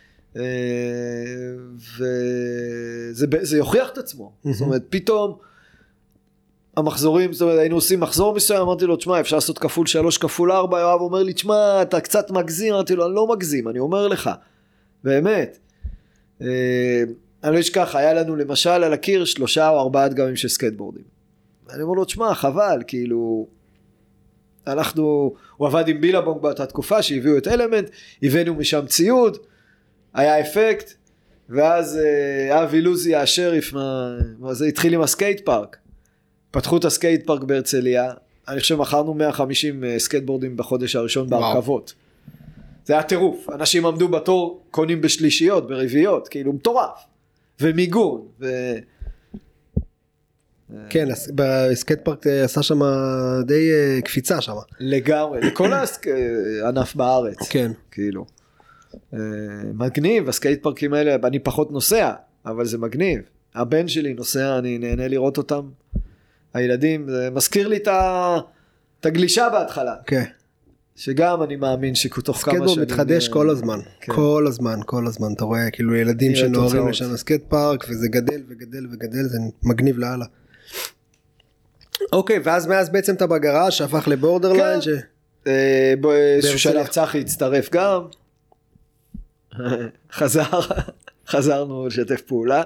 וזה יוכיח את עצמו. זאת אומרת, פתאום המחזורים, זאת אומרת, היינו עושים מחזור מסוים, אמרתי לו, תשמע, אפשר לעשות כפול 3 כפול 4, יואב אומר לי, תשמע, אתה קצת מגזים, אמרתי לו, אני לא מגזים, אני אומר לך, באמת. אני לא אשכח, היה לנו למשל על הקיר 3 או 4 דגמים של סקייטבורדים. אני אומר לו, תשמע, חבל, כאילו, הוא עבד עם בילבונג באותה תקופה, שהביאו את אלמנט, הבאנו משם ציוד, היה אפקט, ואז אבי לוזי, השריף, זה התחיל עם הסקייט פארק, פתחו את הסקייט פארק בהרצליה, אני חושב מכרנו 150 סקייטבורדים בחודש הראשון בהרכבות. זה היה טירוף, אנשים עמדו בתור, קונים בשלישיות, ברביעיות, כאילו מטורף, ומיגון, כן, בסקייט פארק עשה שם די קפיצה שם. לגמרי, לכל הענף בארץ. כן. כאילו. מגניב, הסקייט פארקים האלה, אני פחות נוסע, אבל זה מגניב. הבן שלי נוסע, אני נהנה לראות אותם. הילדים, זה מזכיר לי את הגלישה בהתחלה. כן. שגם אני מאמין שתוך כמה שנים... סקייטבורד מתחדש כל הזמן, כל הזמן, אתה רואה כאילו ילדים שנוערים לשם הסקייט פארק, וזה גדל וגדל וגדל, זה מגניב לאללה. אוקיי, ואז מאז בעצם אתה בגראז' שהפך לבורדרליין, באיזשהו שלב צחי הצטרף גם, חזרנו לשתף פעולה,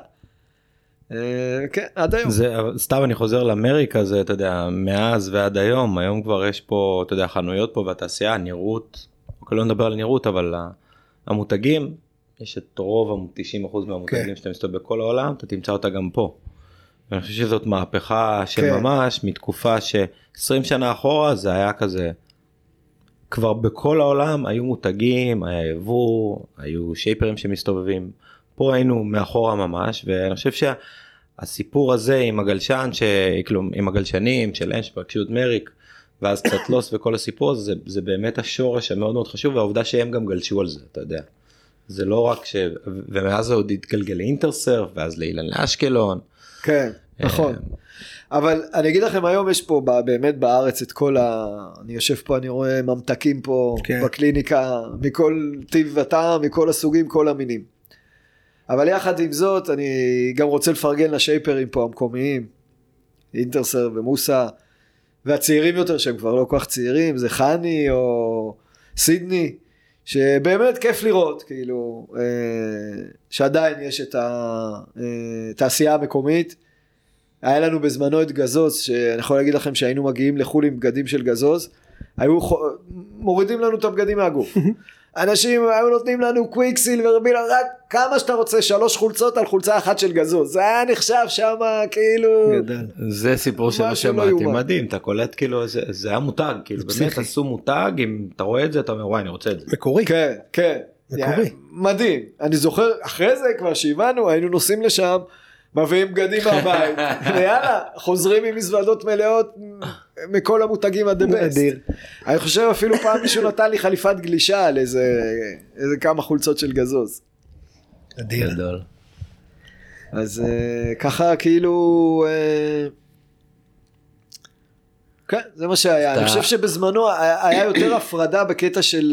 כן, עד היום. סתם אני חוזר לאמריקה, זה אתה יודע, מאז ועד היום, היום כבר יש פה, אתה יודע, חנויות פה בתעשייה, נראות, לא נדבר על נראות, אבל המותגים, יש את רוב 90% מהמותגים שאתה מסתובב בכל העולם, אתה תמצא אותה גם פה. ואני חושב שזאת מהפכה של ממש, מתקופה ש20 שנה אחורה זה היה כזה, כבר בכל העולם היו מותגים, היה יבוא, היו שייפרים שמסתובבים, פה היינו מאחורה ממש, ואני חושב שהסיפור הזה עם הגלשן, עם הגלשנים של אנש פרקשות מריק, ואז קצת לוס וכל הסיפור הזה, זה באמת השורש המאוד מאוד חשוב, והעובדה שהם גם גלשו על זה, אתה יודע. זה לא רק ומאז זה עוד התגלגל לאינטרסרף, ואז לאילן לאשקלון, כן, נכון. אבל אני אגיד לכם, היום יש פה באמת בארץ את כל אני יושב פה, אני רואה ממתקים פה בקליניקה, מכל טיב וטעם, מכל הסוגים, כל המינים. אבל יחד עם זאת, אני גם רוצה לפרגן לשייפרים פה המקומיים, אינטרסר ומוסה, והצעירים יותר שהם כבר לא כל כך צעירים, זה חני או סידני, שבאמת כיף לראות, כאילו, שעדיין יש את התעשייה המקומית. היה לנו בזמנו את גזוז, שאני יכול להגיד לכם שהיינו מגיעים לחול עם בגדים של גזוז, היו מורידים לנו את הבגדים מהגוף. אנשים היו נותנים לנו קוויק סילבר, רק כמה שאתה רוצה, 3 חולצות על חולצה אחת של גזוז, זה היה נחשב שם כאילו... גדל. זה סיפור שלא שמעתי, מדהים, אתה קולט כאילו, זה היה מותג, כאילו באמת עשו מותג, אם אתה רואה את זה, אתה אומר וואי אני רוצה את זה. מקורי. כן, כן. מקורי. מדהים, אני זוכר, אחרי זה כבר שהבנו, היינו נוסעים לשם, מביאים בגדים מהבית, ויאללה, חוזרים עם מזוודות מלאות מכל המותגים עד הבסט. אני חושב אפילו פעם מישהו נתן לי חליפת גלישה על איזה כמה חולצות של גזוז. אדיר. גדול. אז ככה כאילו, כן, זה מה שהיה. אני חושב שבזמנו היה יותר הפרדה בקטע של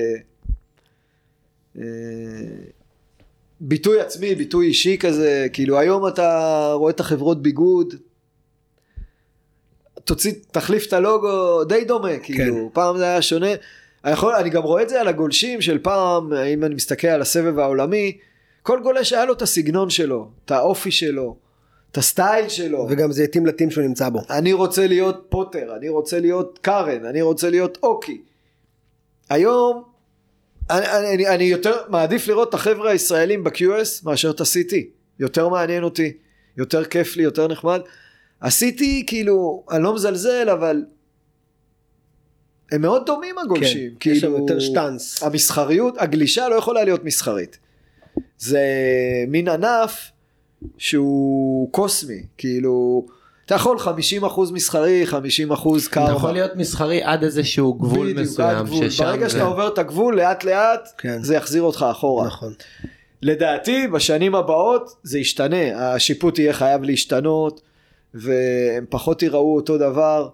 ביטוי עצמי, ביטוי אישי כזה, כאילו היום אתה רואה את החברות ביגוד, תחליף את הלוגו די דומה, כאילו, פעם זה היה שונה, אני גם רואה את זה על הגולשים של פעם, אם אני מסתכל על הסבב העולמי, כל גולש היה לו את הסגנון שלו, את האופי שלו, את הסטייל שלו. וגם זה יתאים לטים שהוא נמצא בו. אני רוצה להיות פוטר, אני רוצה להיות קארן, אני רוצה להיות אוקי. היום, אני יותר מעדיף לראות את החבר'ה הישראלים ב-QS מאשר את ה-CT, יותר מעניין אותי. יותר כיף לי, יותר נחמד. עשיתי כאילו, אני לא מזלזל, אבל הם מאוד דומים הגולשים. כן, כאילו, יש שם יותר שטנס. המסחריות, הגלישה לא יכולה להיות מסחרית. זה מין ענף שהוא קוסמי, כאילו, אתה יכול 50% מסחרי, 50% קרמה. אתה יכול להיות מסחרי עד איזשהו גבול מסוים. ברגע שאתה עובר את הגבול, לאט לאט, זה יחזיר אותך אחורה. נכון. לדעתי, בשנים הבאות זה ישתנה, השיפוט יהיה חייב להשתנות, והם פחות יראו אותו דבר.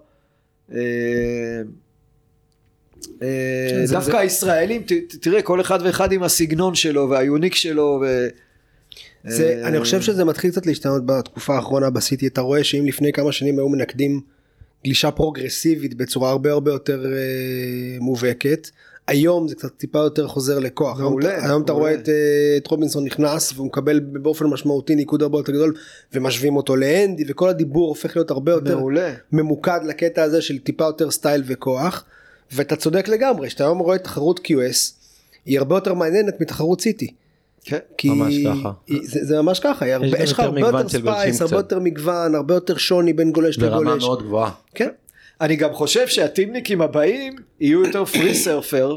דווקא הישראלים, תראה, כל אחד ואחד עם הסגנון שלו, והיוניק שלו, אני חושב שזה מתחיל קצת להשתנות בתקופה האחרונה בסיטי, אתה רואה שאם לפני כמה שנים היו מנקדים גלישה פרוגרסיבית בצורה הרבה הרבה יותר מובהקת, היום זה קצת טיפה יותר חוזר לכוח, היום אתה רואה את רובינסון נכנס והוא מקבל באופן משמעותי ניקוד הרבה יותר גדול ומשווים אותו לאנדי וכל הדיבור הופך להיות הרבה יותר ממוקד לקטע הזה של טיפה יותר סטייל וכוח, ואתה צודק לגמרי שאתה היום רואה תחרות QS היא הרבה יותר מעניינת מתחרות סיטי. ממש ככה. זה ממש ככה, יש לך הרבה יותר ספייס, הרבה יותר מגוון, הרבה יותר שוני בין גולש לגולש. ברמה מאוד גבוהה. כן. אני גם חושב שהטימניקים הבאים יהיו יותר פרי סרפר,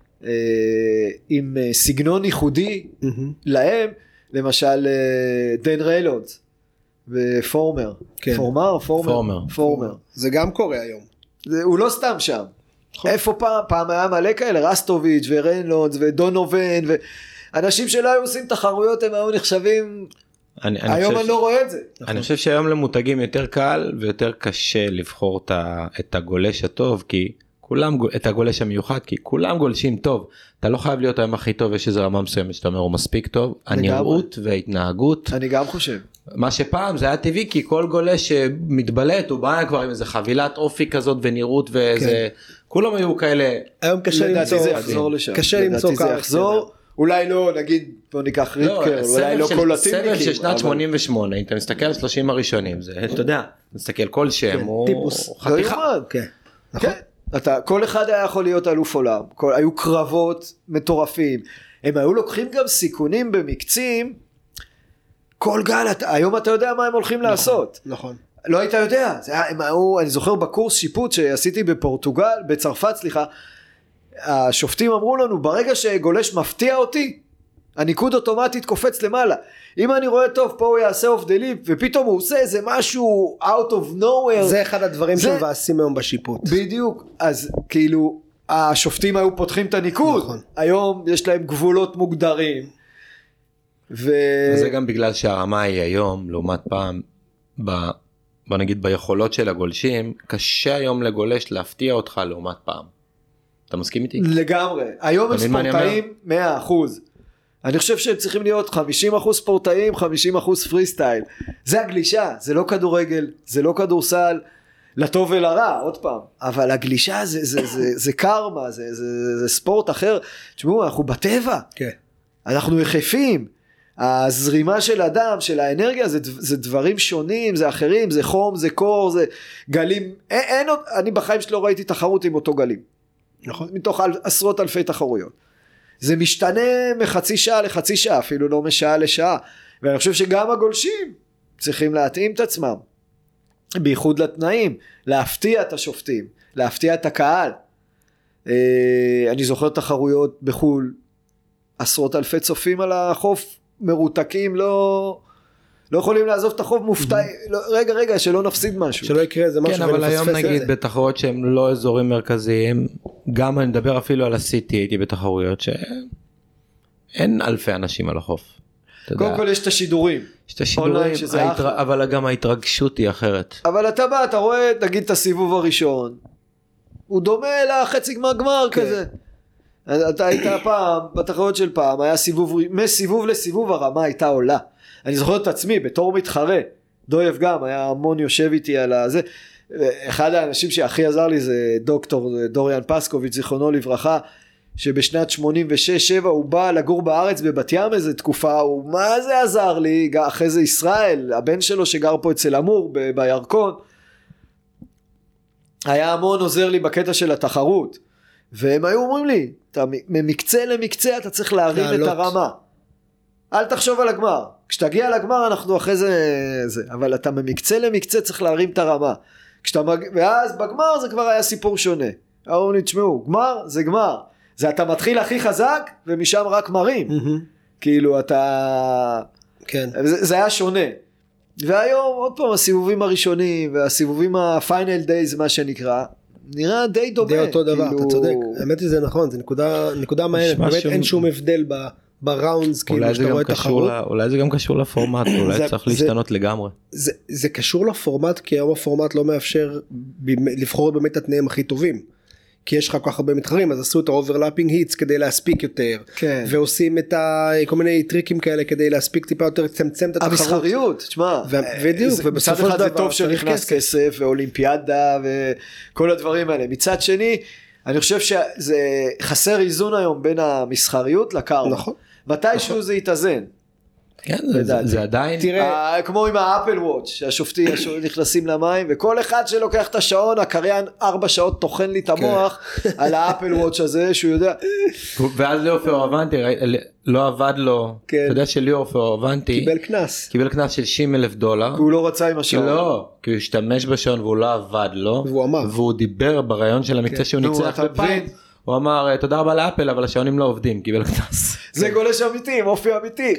עם סגנון ייחודי להם, למשל דן ריילודס ופורמר. פורמר. זה גם קורה היום. הוא לא סתם שם. איפה פעם היה מלא כאלה, רסטוביץ' וריינלודס ודונובן אנשים שלא היו עושים תחרויות הם היו נחשבים, היום אני לא רואה את זה. אני חושב שהיום למותגים יותר קל ויותר קשה לבחור את הגולש הטוב, כי כולם, את הגולש המיוחד, כי כולם גולשים טוב, אתה לא חייב להיות היום הכי טוב, יש איזו רמה מסוימת שאתה אומר הוא מספיק טוב, הנראות וההתנהגות. אני גם חושב. מה שפעם זה היה טבעי, כי כל גולש שמתבלט, הוא בא כבר עם איזה חבילת אופי כזאת ונראות ואיזה, כולם היו כאלה. היום קשה למצוא ככה. אולי לא, נגיד, בוא ניקח ריטקר, אולי לא כל הטימניקים. סבב של שנת 88, אם אתה מסתכל על 30 הראשונים, זה, אתה יודע, מסתכל כל שם, הוא חתיכה. כן, כל אחד היה יכול להיות אלוף עולם, היו קרבות מטורפים, הם היו לוקחים גם סיכונים במקצים, כל גל, היום אתה יודע מה הם הולכים לעשות. נכון. לא היית יודע, אני זוכר בקורס שיפוט שעשיתי בפורטוגל, בצרפת סליחה, השופטים אמרו לנו, ברגע שגולש מפתיע אותי, הניקוד אוטומטית קופץ למעלה. אם אני רואה טוב, פה הוא יעשה אוף דה ליפ, ופתאום הוא עושה איזה משהו out of nowhere. זה אחד הדברים שמבאסים היום בשיפוט. בדיוק. אז כאילו, השופטים היו פותחים את הניקוד. נכון. היום יש להם גבולות מוגדרים. וזה גם בגלל שהרמה היא היום, לעומת פעם, בוא נגיד ביכולות של הגולשים, קשה היום לגולש להפתיע אותך לעומת פעם. אתה מסכים איתי? לגמרי. היום הם ספורטאים 100%. אני חושב שהם צריכים להיות 50% ספורטאים, 50% פרי סטייל. זה הגלישה, זה לא כדורגל, זה לא כדורסל, לטוב ולרע, עוד פעם. אבל הגלישה זה קרמה, זה ספורט אחר. תשמעו, אנחנו בטבע. כן. אנחנו יחפים. הזרימה של אדם, של האנרגיה, זה דברים שונים, זה אחרים, זה חום, זה קור, זה גלים. אני בחיים שלי לא ראיתי תחרות עם אותו גלים. נכון. מתוך עשרות אלפי תחרויות. זה משתנה מחצי שעה לחצי שעה, אפילו לא משעה לשעה. ואני חושב שגם הגולשים צריכים להתאים את עצמם, בייחוד לתנאים, להפתיע את השופטים, להפתיע את הקהל. אני זוכר תחרויות בחול, עשרות אלפי צופים על החוף, מרותקים, לא יכולים לעזוב את החוב מופתע, רגע, שלא נפסיד משהו. שלא יקרה איזה משהו. כן, אבל היום נגיד בתחרויות שהם לא אזורים מרכזיים, גם אני מדבר אפילו על הסיטי, הייתי בתחרויות שאין אלפי אנשים על החוף. קודם כל יש את השידורים. יש את השידורים, אבל גם ההתרגשות היא אחרת. אבל אתה בא, אתה רואה, נגיד את הסיבוב הראשון, הוא דומה לחצי גמר כזה. אתה היית פעם, בתחרויות של פעם, היה סיבוב, מסיבוב לסיבוב הרמה הייתה עולה. אני זוכר את עצמי בתור מתחרה, דויב גם היה המון יושב איתי על הזה, אחד האנשים שהכי עזר לי זה דוקטור דוריאן פסקוביץ' זיכרונו לברכה, שבשנת 86-7 הוא בא לגור בארץ בבת ים איזה תקופה, הוא מה זה עזר לי, אחרי זה ישראל, הבן שלו שגר פה אצל אמור בירקון, היה המון עוזר לי בקטע של התחרות, והם היו אומרים לי, ממקצה למקצה אתה צריך להרים את הרמה, אל תחשוב על הגמר, כשתגיע לגמר אנחנו אחרי זה, אבל אתה ממקצה למקצה צריך להרים את הרמה, ואז בגמר זה כבר היה סיפור שונה, אמרו לי תשמעו, גמר זה גמר, זה אתה מתחיל הכי חזק ומשם רק מרים, כאילו אתה, כן. זה היה שונה, והיום עוד פעם הסיבובים הראשונים והסיבובים הפיינל דייז מה שנקרא, נראה די דומה. די אותו דבר, אתה צודק, האמת היא זה נכון, זה נקודה מעניינת, באמת אין שום הבדל בראונדס, כאילו שאתה רואה תחרות. אולי זה גם קשור לפורמט, אולי צריך להשתנות לגמרי. זה קשור לפורמט, כי היום הפורמט לא מאפשר לבחור באמת את התנאים הכי טובים. כי יש לך כל כך הרבה מתחרים, אז עשו את האוברלאפינג היטס כדי להספיק יותר, ועושים את כל מיני טריקים כאלה כדי להספיק טיפה יותר, לצמצם את התחרות. המסחריות, תשמע, בדיוק, מצד אחד זה טוב שנכנס כסף, ואולימפיאדה, וכל הדברים האלה. מצד שני, אני חושב שזה חסר איזון היום בין המסחריות לקארמה. נכון. מתישהו זה יתאזן. כן, זה עדיין כמו עם האפל וואץ' שהשופטים נכנסים למים וכל אחד שלוקח את השעון הקריין 4 שעות טוחן לי את המוח על האפל וואץ' הזה שהוא יודע, ואז ליאור פאורבנטי לא עבד לו, אתה יודע שליאור פאורבנטי קיבל קנס של $60,000 והוא לא רצה עם השעון, לא, כי הוא השתמש בשעון והוא לא עבד לו, והוא דיבר ברעיון של המקצוע שהוא ניצח בפעם, הוא אמר תודה רבה לאפל אבל השעונים לא עובדים, קיבל קנס. זה גולש אמיתי, אופי אמיתי.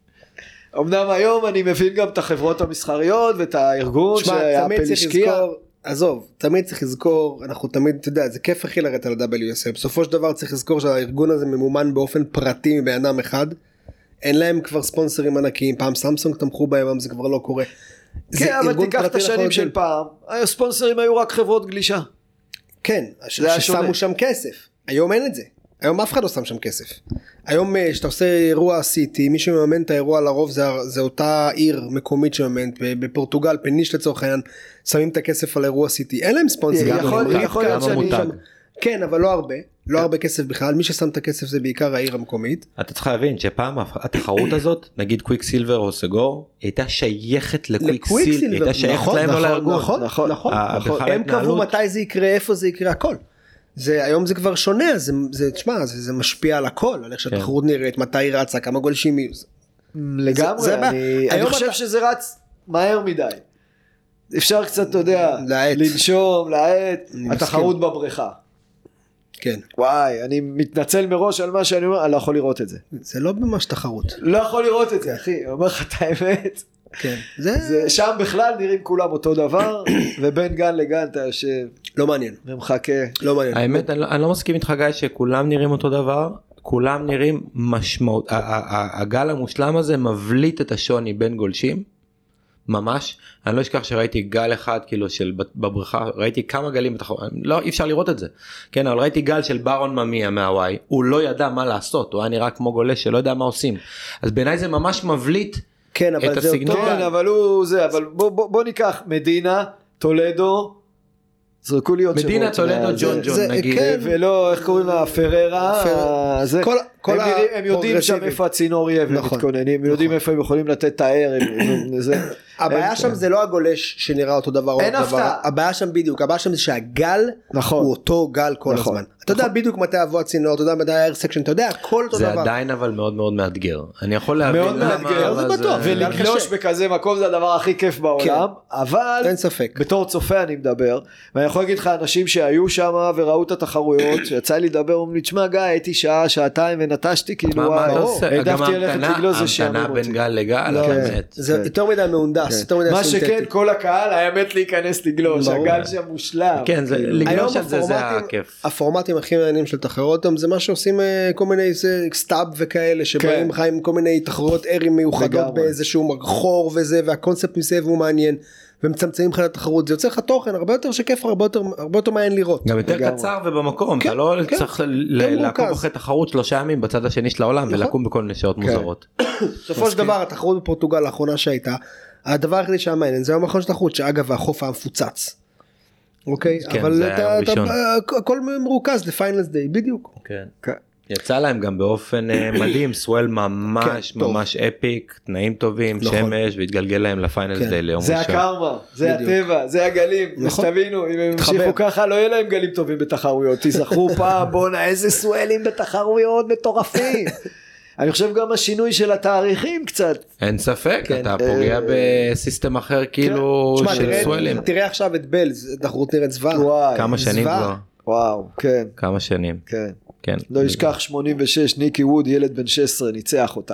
אמנם היום אני מבין גם את החברות המסחריות ואת הארגון שאפל השקיע. עזוב, תמיד צריך לזכור, אנחנו תמיד, אתה יודע, זה כיף הכי לרדת על ה-WSL, בסופו של דבר צריך לזכור שהארגון הזה ממומן באופן פרטי מבן אדם אחד, אין להם כבר ספונסרים ענקיים, פעם סמסונג תמכו בהם, אבל זה כבר לא קורה. כן, אבל תיקח את השנים של פעם, הספונסרים היו רק חברות גלישה. כן, ששמו שם כסף, היום אין את זה. היום אף אחד לא שם שם כסף. היום שאתה עושה אירוע סיטי, מי שמממן את האירוע לרוב זה אותה עיר מקומית שממנת, בפורטוגל, פניש לצורך העניין, שמים את הכסף על אירוע סיטי, אין להם ספונסר. יכול להיות שאני שם. כן, אבל לא הרבה, לא הרבה כסף בכלל, מי ששם את הכסף זה בעיקר העיר המקומית. אתה צריך להבין שפעם התחרות הזאת, נגיד קוויק סילבר או סגור, הייתה שייכת לקוויק סילבר, הייתה שייכת להם לא לארגון. נכון, הם קבעו מתי זה יקרה, איפה זה יקרה, הכל. היום זה כבר שונה, תשמע, זה משפיע על הכל, על איך שהתחרות נראית, מתי היא רצה, כמה גולשים יהיו. לגמרי, אני חושב שזה רץ מהר מדי. אפשר קצת, אתה יודע, לנשום, להעט, התחרות בבריכה. כן. וואי, אני מתנצל מראש על מה שאני אומר, אני לא יכול לראות את זה. זה לא ממש תחרות. לא יכול לראות את זה, אחי, אני אומר לך את האמת. כן. שם בכלל נראים כולם אותו דבר, ובין גן לגן אתה יושב. לא מעניין. ומחכה. לא מעניין. האמת, אני לא מסכים איתך גיא שכולם נראים אותו דבר, כולם נראים משמעות. הגל המושלם הזה מבליט את השוני בין גולשים, ממש. אני לא אשכח שראיתי גל אחד כאילו של בבריכה, ראיתי כמה גלים בתחרות, לא, אי אפשר לראות את זה. כן, אבל ראיתי גל של ברון ממיה מהוואי, הוא לא ידע מה לעשות, הוא היה נראה כמו גולש שלא יודע מה עושים. אז בעיניי זה ממש מבליט כן, אבל את הסגנון. כן, אבל הוא זה, אבל בוא ניקח מדינה, טולדו, זרקו לי עוד שמות. מדינה, טולדו, ג'ון נגיד. ולא, איך קוראים לה, פררה, הם יודעים שם איפה הצינור יהיה, ומתכוננים, הם יודעים איפה הם יכולים לתת את הער. הבעיה שם זה לא הגולש שנראה אותו דבר. אין הפתעה. הבעיה שם בדיוק, הבעיה שם זה שהגל הוא אותו גל כל הזמן. אתה יודע בדיוק מתי אבוא הצינור, אתה יודע מתי האר סקשן, אתה יודע, הכל אותו דבר. זה עדיין אבל מאוד מאוד מאתגר. אני יכול להבין למה. ולגלוש בכזה מקום זה הדבר הכי כיף בעולם, אבל אין ספק. בתור צופה אני מדבר, ואני יכול להגיד לך אנשים שהיו שם וראו את התחרויות, שיצא לי לדבר, אומרים לי, תשמע גיא, הייתי שעה, שעתיים ונטשתי, כאילו, העדפתי ללכת לגלוש זה ההמתנה בין גל לגל, זה יותר מדי מהונדס, מה שכן, כל הקהל היה מת להיכנס לגלוש, הגל שם מושלם. כן, לגלוש על זה הכיף. הפורמטים הכי מעניינים של תחרות, זה מה שעושים כל מיני סטאב וכאלה, שבאים לך עם כל מיני תחרויות ערים מיוחדות באיזשהו חור וזה, והקונספט מסביב הוא מעניין, ומצמצמים לך לתחרות, זה יוצא לך תוכן הרבה יותר שכיף, הרבה יותר מעניין לראות. גם יותר קצר ובמקום, אתה לא צריך לעקוב אחרי תחרות 3 ימים בצד השני של העולם, ולקום בכל מיני שעות מוזרות. בסופו של דבר, התחרות בפורטוגל האחרונה שהייתה, הדבר היחידי שהיה מעניין, זה המכון של תחרות, שאגב החוף היה מפוצץ. אוקיי? אבל הכל מרוכז לפיינלס דיי, בדיוק. כן. יצא להם גם באופן מדהים, סואל ממש ממש אפיק, תנאים טובים, שמש, והתגלגל להם לפיינלס דיי ליום ראשון. זה הקרמה, זה הטבע, זה הגלים, שתבינו, אם הם המשיכו ככה לא יהיה להם גלים טובים בתחרויות, תזכרו פעם, בונה איזה סואלים בתחרויות מטורפים. אני חושב גם השינוי של התאריכים קצת. אין ספק, אתה פוגע בסיסטם אחר כאילו של סואלים. תראה עכשיו את בלז, אנחנו נראה זווה. כמה שנים כבר. וואו, כן. כמה שנים. כן. לא ישכח 86, ניקי ווד, ילד בן 16, ניצח אותה.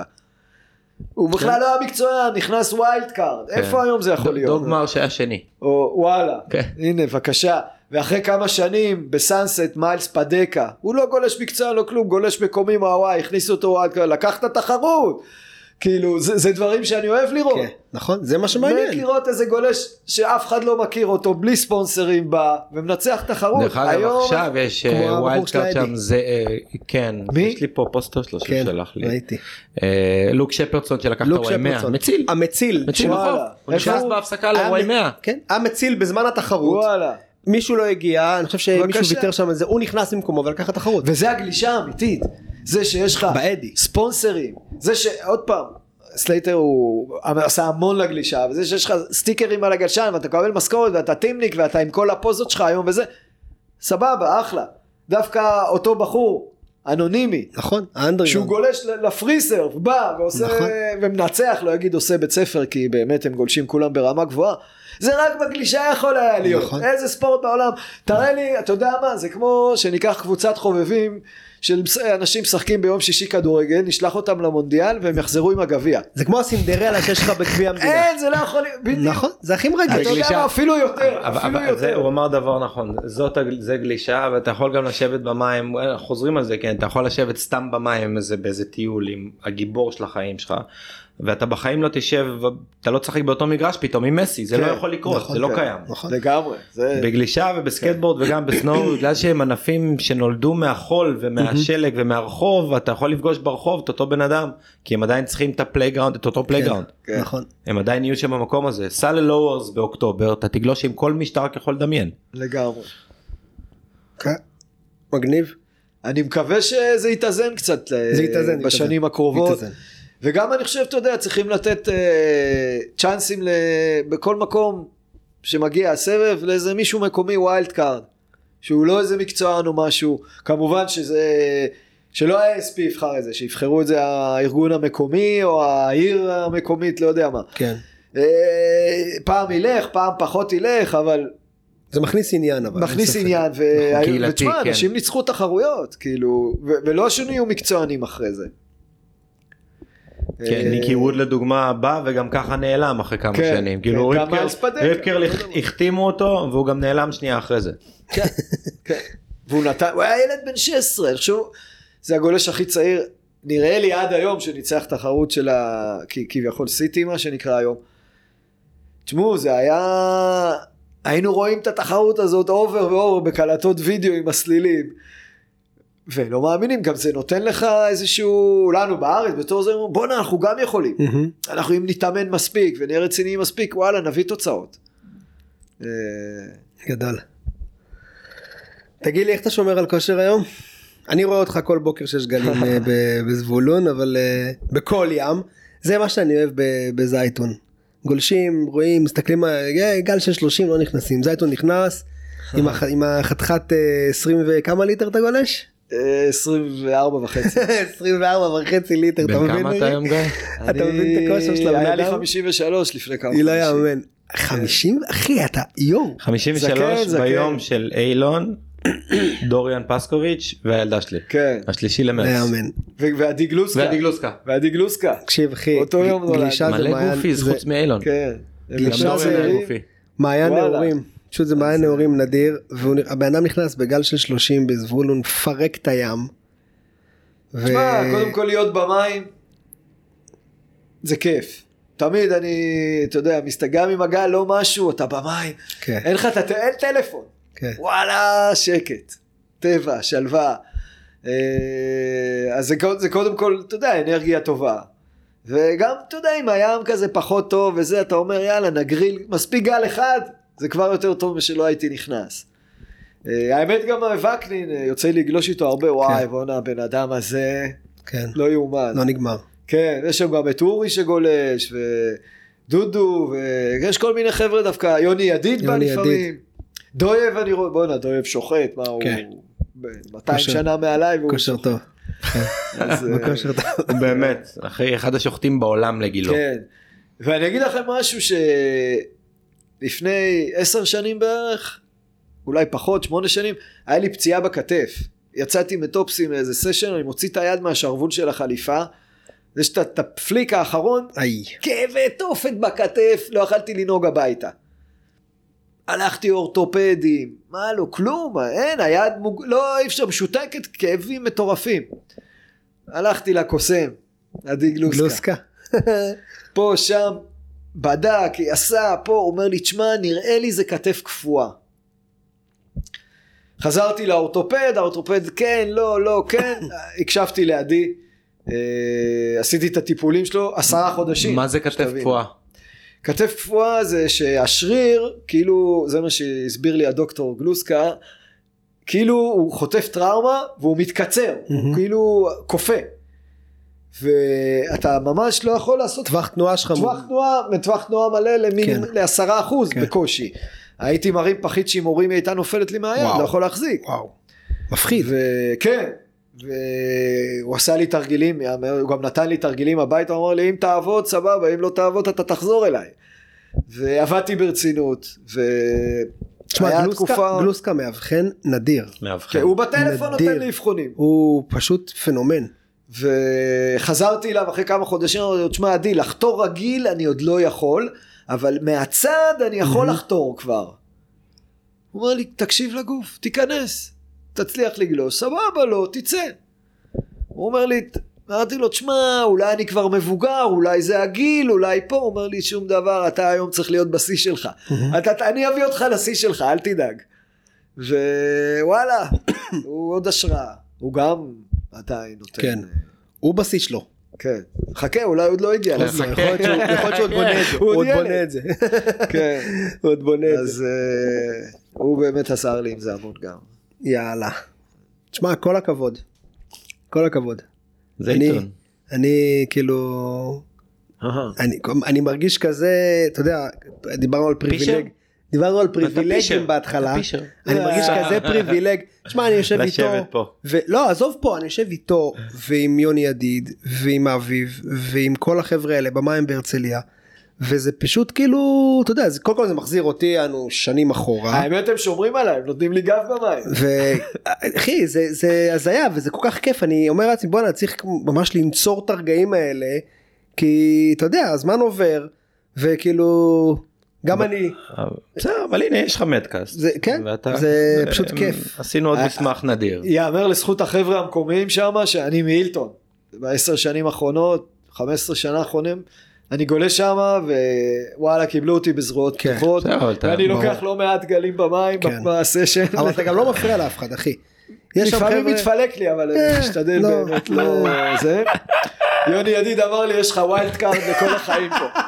הוא בכלל לא היה מקצוען, נכנס ווילד קארד. איפה היום זה יכול להיות? דוג מרש היה שני. וואלה, הנה, בבקשה. ואחרי כמה שנים בסאנסט מיילס פדקה, הוא לא גולש מקצוע, לא כלום, גולש מקומי מהוואי, הכניסו אותו, לקח את התחרות. כאילו, זה דברים שאני אוהב לראות. כן, נכון, זה מה שמעניין. לראות איזה גולש שאף אחד לא מכיר אותו, בלי ספונסרים בא, ומנצח תחרות. דרך אגב, עכשיו יש ווילד קארד שם, זה, כן, יש לי פה פוסטר שלו ששלח לי. ראיתי. לוק שפרדסון שלקח את הוואי 100, מציל. המציל. מציל בחוף. הוא נכנס בהפסקה לוואי 100. כן, המציל בזמן התחרות. מישהו לא הגיע, אני חושב שמישהו ויתר שם על זה, הוא נכנס במקומו ולקח התחרות. וזה הגלישה האמיתית. זה שיש לך ספונסרים, זה שעוד פעם, סלייטר הוא עשה המון לגלישה, וזה שיש לך סטיקרים על הגלשן, ואתה קבל משכורת, ואתה טימניק, ואתה עם כל הפוזות שלך היום וזה, סבבה, אחלה. דווקא אותו בחור, אנונימי, נכון, האנדריגן, שהוא גולש לפריסר, בא ועושה, ומנצח, לא יגיד עושה בית ספר, כי באמת הם גולשים כולם ברמה גבוהה, זה רק בגלישה יכול היה להיות, נכון. איזה ספורט בעולם, תראה לי, אתה יודע מה, זה כמו שניקח קבוצת חובבים, של אנשים משחקים ביום שישי כדורגל, נשלח אותם למונדיאל והם יחזרו עם הגביע. זה כמו הסינדרלה שיש לך בגביע המדינה. אין, זה לא יכול להיות. נכון, זה הכי מרגש. אתה יודע מה, אפילו יותר. הוא אמר דבר נכון, זה גלישה, ואתה יכול גם לשבת במים, חוזרים על זה, כן, אתה יכול לשבת סתם במים באיזה טיול עם הגיבור של החיים שלך, ואתה בחיים לא תשב, אתה לא צחק באותו מגרש פתאום עם מסי, זה לא יכול לקרות, זה לא קיים. לגמרי. בגלישה ובסקייטבורד וגם בסנואו, בגלל שהם ענפים שנולדו מהחול ומהשלג ומהרחוב, אתה יכול לפגוש ברחוב את אותו בן אדם, כי הם עדיין צריכים את הפלייגראונד, את אותו פלייגראונד. נכון. הם עדיין יהיו שם במקום הזה. סע ללואורס באוקטובר, אתה תגלוש עם כל מי שאתה רק יכול לדמיין. לגמרי. מגניב. אני מקווה שזה יתאזן קצת בשנים הקרובות. וגם אני חושב, אתה יודע, צריכים לתת צ'אנסים בכל מקום שמגיע הסבב לאיזה מישהו מקומי ווילד קארד, שהוא לא איזה מקצוען או משהו, כמובן שלא ה-ASP יבחר את זה, שיבחרו את זה הארגון המקומי או העיר המקומית, לא יודע מה. כן. פעם ילך, פעם פחות ילך, אבל... זה מכניס עניין, אבל... מכניס עניין, ותשמע, אנשים ניצחו תחרויות, כאילו, ולא שנהיו מקצוענים אחרי זה. כן, ניקי ווד לדוגמה בא וגם ככה נעלם אחרי כמה שנים, כאילו ריפקר החתימו אותו והוא גם נעלם שנייה אחרי זה. כן, והוא נתן, הוא היה ילד בן 16, אני חושב, זה הגולש הכי צעיר, נראה לי עד היום שניצח תחרות של כביכול סיטי מה שנקרא היום. תשמעו, זה היה, היינו רואים את התחרות הזאת אובר ואובר בקלטות וידאו עם הסלילים, ולא מאמינים, גם זה נותן לך איזשהו, לנו בארץ, בתור זה, בוא אנחנו גם יכולים, אנחנו אם נתאמן מספיק, ונהיה רציניים מספיק, וואלה, נביא תוצאות. גדל. תגיד לי, איך אתה שומר על כושר היום? אני רואה אותך כל בוקר שיש גלים בזבולון, אבל בכל ים, זה מה שאני אוהב בזייטון. גולשים, רואים, מסתכלים, גל של 30 לא נכנסים, זייטון נכנס, עם החתכת 20 וכמה ליטר אתה גולש? 24 וחצי. 24 וחצי ליטר, אתה מבין? בן כמה אתה היום גיא? אתה מבין את הכושר של הבן אדם? היה לי 53 לפני כמה חודשים. לא יאמן. 50? אחי, אתה יום. 53 ביום של אילון, דוריאן פסקוביץ' והילדה שלי. כן. השלישי למרץ. לא יאמן. ועדי גלוסקה. תקשיב אחי, אותו יום נולד. מלא גופיז חוץ מאילון. כן. גלישה זה מעיין נעורים. פשוט זה מעיין נעורים נדיר, והבן אדם נכנס בגל של 30 בזבולון, פרק את הים. תשמע, קודם כל להיות במים, זה כיף. תמיד אני, אתה יודע, מסתגם עם הגל, לא משהו, אתה במים, אין לך, אין טלפון. וואלה, שקט, טבע, שלווה. אז זה קודם כל, אתה יודע, אנרגיה טובה. וגם, אתה יודע, אם הים כזה פחות טוב וזה, אתה אומר, יאללה, נגריל, מספיק גל אחד, זה כבר יותר טוב משלא הייתי נכנס. האמת גם וקנין, יוצא לי לגלוש איתו הרבה, וואי, בונה, הבן אדם הזה, לא יאומן. לא נגמר. כן, יש שם גם את אורי שגולש, ודודו, ויש כל מיני חבר'ה דווקא, יוני ידיד בא לפעמים. דויב, אני רואה, בונה, דויב שוחט, מה הוא 200 שנה מעליי. כושר טוב. בכושר טוב. באמת, אחרי אחד השוחטים בעולם לגילו. כן, ואני אגיד לכם משהו שלפני 10 שנים בערך, אולי פחות, 8 שנים, היה לי פציעה בכתף. יצאתי מטופסי מאיזה סשן, אני מוציא את היד מהשרוול של החליפה, זה שאת הפליק האחרון, כאבי תופת בכתף, לא יכלתי לנהוג הביתה. הלכתי אורתופדים, מה לא, כלום, אין, היד לא, אי אפשר, משותקת, כאבים מטורפים. הלכתי לקוסם, עדי גלוסקה. פה, שם, בדק, עשה, פה, אומר לי, תשמע, נראה לי זה כתף קפואה. חזרתי לאורתופד, האורתופד כן, לא, כן, הקשבתי לעדי, עשיתי את הטיפולים שלו 10 חודשים. מה זה כתף קפואה? כתף קפואה זה שהשריר, כאילו, זה מה שהסביר לי הדוקטור גלוסקה, כאילו הוא חוטף טראומה והוא מתקצר, הוא כאילו קופה. ואתה ממש לא יכול לעשות... טווח תנועה שלך. טווח תנועה מלא ל10% בקושי. הייתי מרים פחית שימורים, היא הייתה נופלת לי מהיד, לא יכול להחזיק. וואו, מפחיד. כן, והוא עשה לי תרגילים, הוא גם נתן לי תרגילים הביתה, הוא אמר לי, אם תעבוד סבבה, אם לא תעבוד אתה תחזור אליי. ועבדתי ברצינות, תשמע, גלוסקה מאבחן נדיר. הוא בטלפון נותן לי אבחונים. הוא פשוט פנומן. וחזרתי אליו אחרי כמה חודשים, תשמע עדי, לחתור רגיל אני עוד לא יכול, אבל מהצד אני יכול לחתור כבר. הוא אומר לי, תקשיב לגוף, תיכנס, תצליח לגלוש, סבבה לא, תצא. הוא אומר לי, אמרתי לו, תשמע, אולי אני כבר מבוגר, אולי זה הגיל, אולי פה. הוא אומר לי, שום דבר, אתה היום צריך להיות בשיא שלך. אני אביא אותך לשיא שלך, אל תדאג. ווואלה, הוא עוד השראה. הוא גם עדיין נותן. כן, הוא בשיא שלו. כן, חכה, אולי עוד לא הגיע. יכול להיות שהוא עוד בונה את זה. הוא עוד בונה את זה. כן. הוא עוד בונה את זה. אז הוא באמת עשר לי עם זה עבוד גם. יאללה. תשמע, כל הכבוד. כל הכבוד. זה עיתון. אני כאילו, אני מרגיש כזה, אתה יודע, דיברנו על פריבילגים בהתחלה, אני מרגיש כזה פריבילג, תשמע, אני יושב איתו, לא, עזוב פה, אני יושב איתו, ועם יוני ידיד, ועם אביב, ועם כל החבר'ה האלה, במים בהרצליה, וזה פשוט כאילו, אתה יודע, קודם כל זה מחזיר אותי, אנו שנים אחורה. האמת הם שומרים עליהם, נותנים לי גב במים. אחי, זה הזיה, וזה כל כך כיף, אני אומר לעצמי, בוא נצליח ממש לנצור את הרגעים האלה, כי אתה יודע, הזמן עובר, וכאילו, גם אני. בסדר, אבל הנה, יש לך מדקאסט. כן, זה פשוט כיף. עשינו עוד מסמך נדיר. יאמר לזכות החבר'ה המקומיים שם, שאני מאילטון, ב10 שנים האחרונות, 15 שנה האחרונים, אני גולה שמה, ווואלה, קיבלו אותי בזרועות פתוחות, ואני לוקח לא מעט גלים במים בסשן. אבל אתה גם לא מפריע לאף אחד, אחי. לפעמים מתפלק לי, אבל אני משתדל באמת לא זה. יוני ידיד אמר לי, יש לך ווילד קארד לכל החיים פה.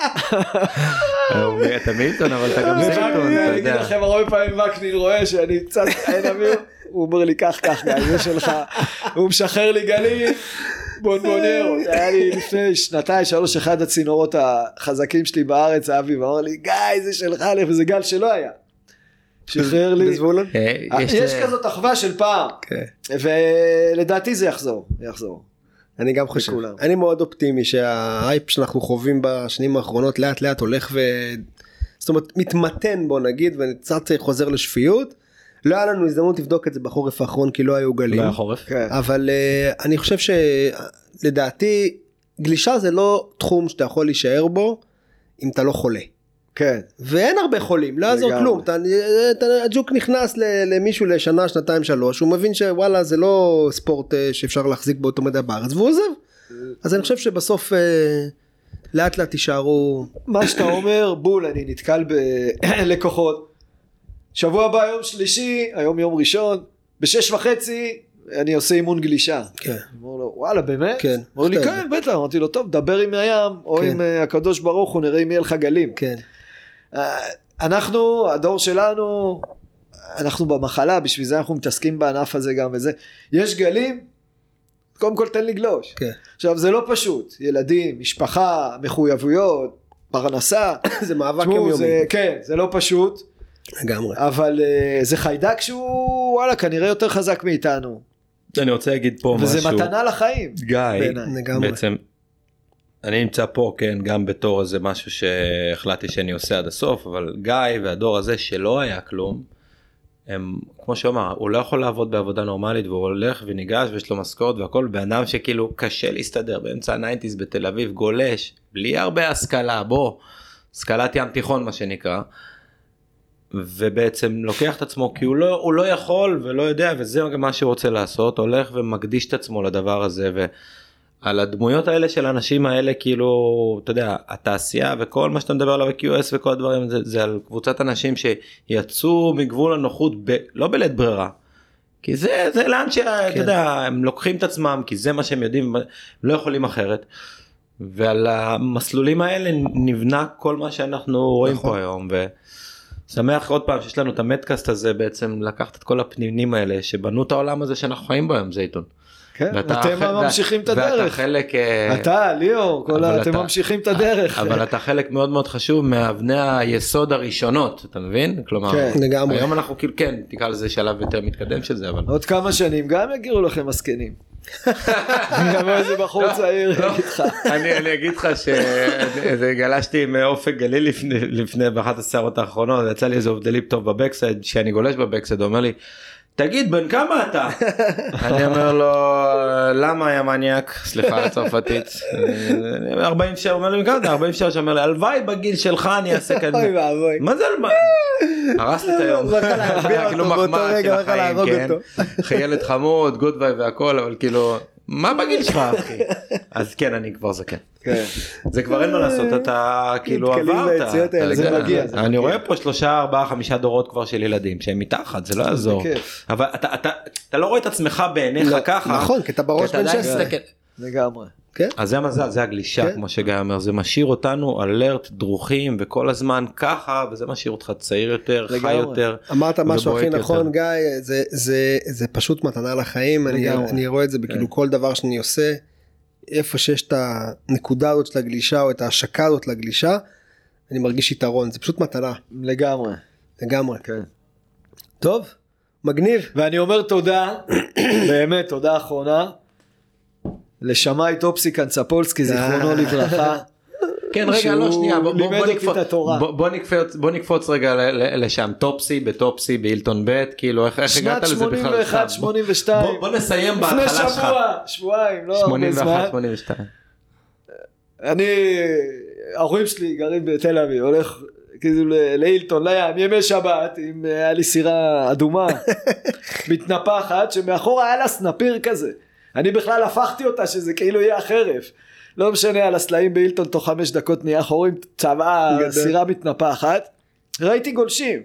אתה מילטון, אבל אתה גם מילטון. אני אגיד לכם, הרבה פעמים מקנין רואה שאני קצת אין אוויר, הוא אומר לי, כך, זה שלך, הוא משחרר לי גלים, בונבונרו. היה לי לפני 2-3, אחד הצינורות החזקים שלי בארץ, אבי, ואמר לי, גיא, זה שלך, וזה גל שלא היה. שחרר לי. בזבולון? יש כזאת אחווה של פעם, ולדעתי זה יחזור. אני גם חושב, אני מאוד אופטימי שההייפ שאנחנו חווים בשנים האחרונות לאט לאט הולך זאת אומרת מתמתן בוא נגיד וקצת חוזר לשפיות. לא היה לנו הזדמנות לבדוק את זה בחורף האחרון כי לא היו גלים, אבל אני חושב שלדעתי גלישה זה לא תחום שאתה יכול להישאר בו אם אתה לא חולה. כן. ואין הרבה חולים, לא יעזור כלום, הג'וק נכנס למישהו לשנה, 2-3, הוא מבין שוואלה זה לא ספורט שאפשר להחזיק באותו מדע בארץ, והוא עוזב. אז אני חושב שבסוף לאט לאט תישארו. מה שאתה אומר, בול, אני נתקל בלקוחות, שבוע הבא יום שלישי, היום יום ראשון, ב6:30 אני עושה אימון גלישה. כן. אמרו לו, וואלה, באמת? כן. אמרו לי, כן, בטח. אמרתי לו, טוב, דבר עם הים, או עם הקדוש ברוך הוא, נראה אם יהיה לך גלים. כן. אנחנו, הדור שלנו, אנחנו במחלה, בשביל זה אנחנו מתעסקים בענף הזה גם וזה. יש גלים, קודם כל תן לי גלוש. כן. עכשיו, זה לא פשוט. ילדים, משפחה, מחויבויות, פרנסה. זה מאבק יומיומי. כן, זה לא פשוט. לגמרי. אבל זה חיידק שהוא וואלה כנראה יותר חזק מאיתנו. אני רוצה להגיד פה משהו. וזה מתנה לחיים. גיא, בעצם אני נמצא פה כן גם בתור איזה משהו שהחלטתי שאני עושה עד הסוף, אבל גיא והדור הזה שלא היה כלום, הם כמו שאומר, הוא לא יכול לעבוד בעבודה נורמלית והוא הולך וניגש ויש לו משכורת והכל, באדם שכאילו קשה להסתדר באמצע ה-90s בתל אביב, גולש, בלי הרבה השכלה, השכלת ים תיכון מה שנקרא, ובעצם לוקח את עצמו כי הוא לא יכול ולא יודע, וזה גם מה שהוא רוצה לעשות, הולך ומקדיש את עצמו לדבר הזה, ועל הדמויות האלה של האנשים האלה, כאילו, אתה יודע, התעשייה וכל מה שאתה מדבר עליו, QS וכל הדברים, זה על קבוצת אנשים שיצאו מגבול הנוחות, לא בלית ברירה, כי זה לאן שאתה יודע, הם לוקחים את עצמם, כי זה מה שהם יודעים, הם לא יכולים אחרת, ועל המסלולים האלה נבנה כל מה שאנחנו רואים פה היום, שמח עוד פעם שיש לנו את המדקאסט הזה, בעצם לקחת את כל הפנינים האלה שבנו את העולם הזה שאנחנו חיים בהם, זייטון. כן, אתם ממשיכים את הדרך. ואתה חלק... אתה, ליאור, אתם ממשיכים את הדרך. אבל אתה חלק מאוד מאוד חשוב מאבני היסוד הראשונות, אתה מבין? כלומר, היום אנחנו כאילו, כן, תקרא לזה שלב יותר מתקדם של זה, אבל... עוד כמה שנים גם יגיעו לכם מסכנים. גם איזה בחור צעיר יגיד לך. אני אגיד לך שגלשתי עם אופק גליל לפני באחת הסערות האחרונות, יצא לי איזה עובדליפ טוב בבקסייד, שאני גולש בבקסייד, הוא אומר לי, תגיד בן כמה אתה? אני אומר לו, למה היה מניאק? סליחה על הצרפתית. 47, אומר לי, כמה אתה? 47, שאומר לי, הלוואי בגיל שלך אני אעשה כזה. מה זה הלוואי? הרס לי את היום. כאילו מחמאה של החיים, כן? חיילת חמוד, גוד ווי והכל, אבל כאילו, מה בגיל שלך אחי? אז כן, אני כבר זקן. זה כבר אין מה לעשות, אתה כאילו עברת. זה מגיע. אני רואה פה 3, 4, 5 דורות כבר של ילדים שהם מתחת, זה לא יעזור. אבל אתה לא רואה את עצמך בעיניך ככה. נכון, כי אתה בראש בן 16. לגמרי. אז זה המזל, זה הגלישה כמו שגיא אומר, זה משאיר אותנו אלרט, דרוכים וכל הזמן ככה, וזה משאיר אותך צעיר יותר, חי יותר. אמרת משהו הכי נכון גיא, זה פשוט מתנה לחיים, אני רואה את זה בכאילו כל דבר שאני עושה, איפה שיש את הנקודה הזאת של הגלישה או את ההשקה הזאת לגלישה, אני מרגיש יתרון, זה פשוט מתנה. לגמרי. לגמרי. טוב, מגניב. ואני אומר תודה, באמת תודה אחרונה, לשמאי טופסי קנצפולסקי, זיכרונו לברכה. כן, רגע, לא, שנייה, בוא נקפוץ רגע לשם, טופסי, בטופסי, באילטון ב', כאילו, איך הגעת לזה בכלל? שנת 81, 82. בוא נסיים בהתחלה שלך. לפני שבועיים, לא הרבה זמן. 81, 82. ההורים שלי גרים בתל אביב, הולך כאילו לאילטון, לים, ימי שבת, היה לי סירה אדומה, מתנפחת, שמאחורה היה לה סנפיר כזה. אני בכלל הפכתי אותה שזה כאילו יהיה החרף. לא משנה, על הסלעים באילטון תוך 5 דקות נהיה חורים, צבעה, סירה מתנפחת. ראיתי גולשים.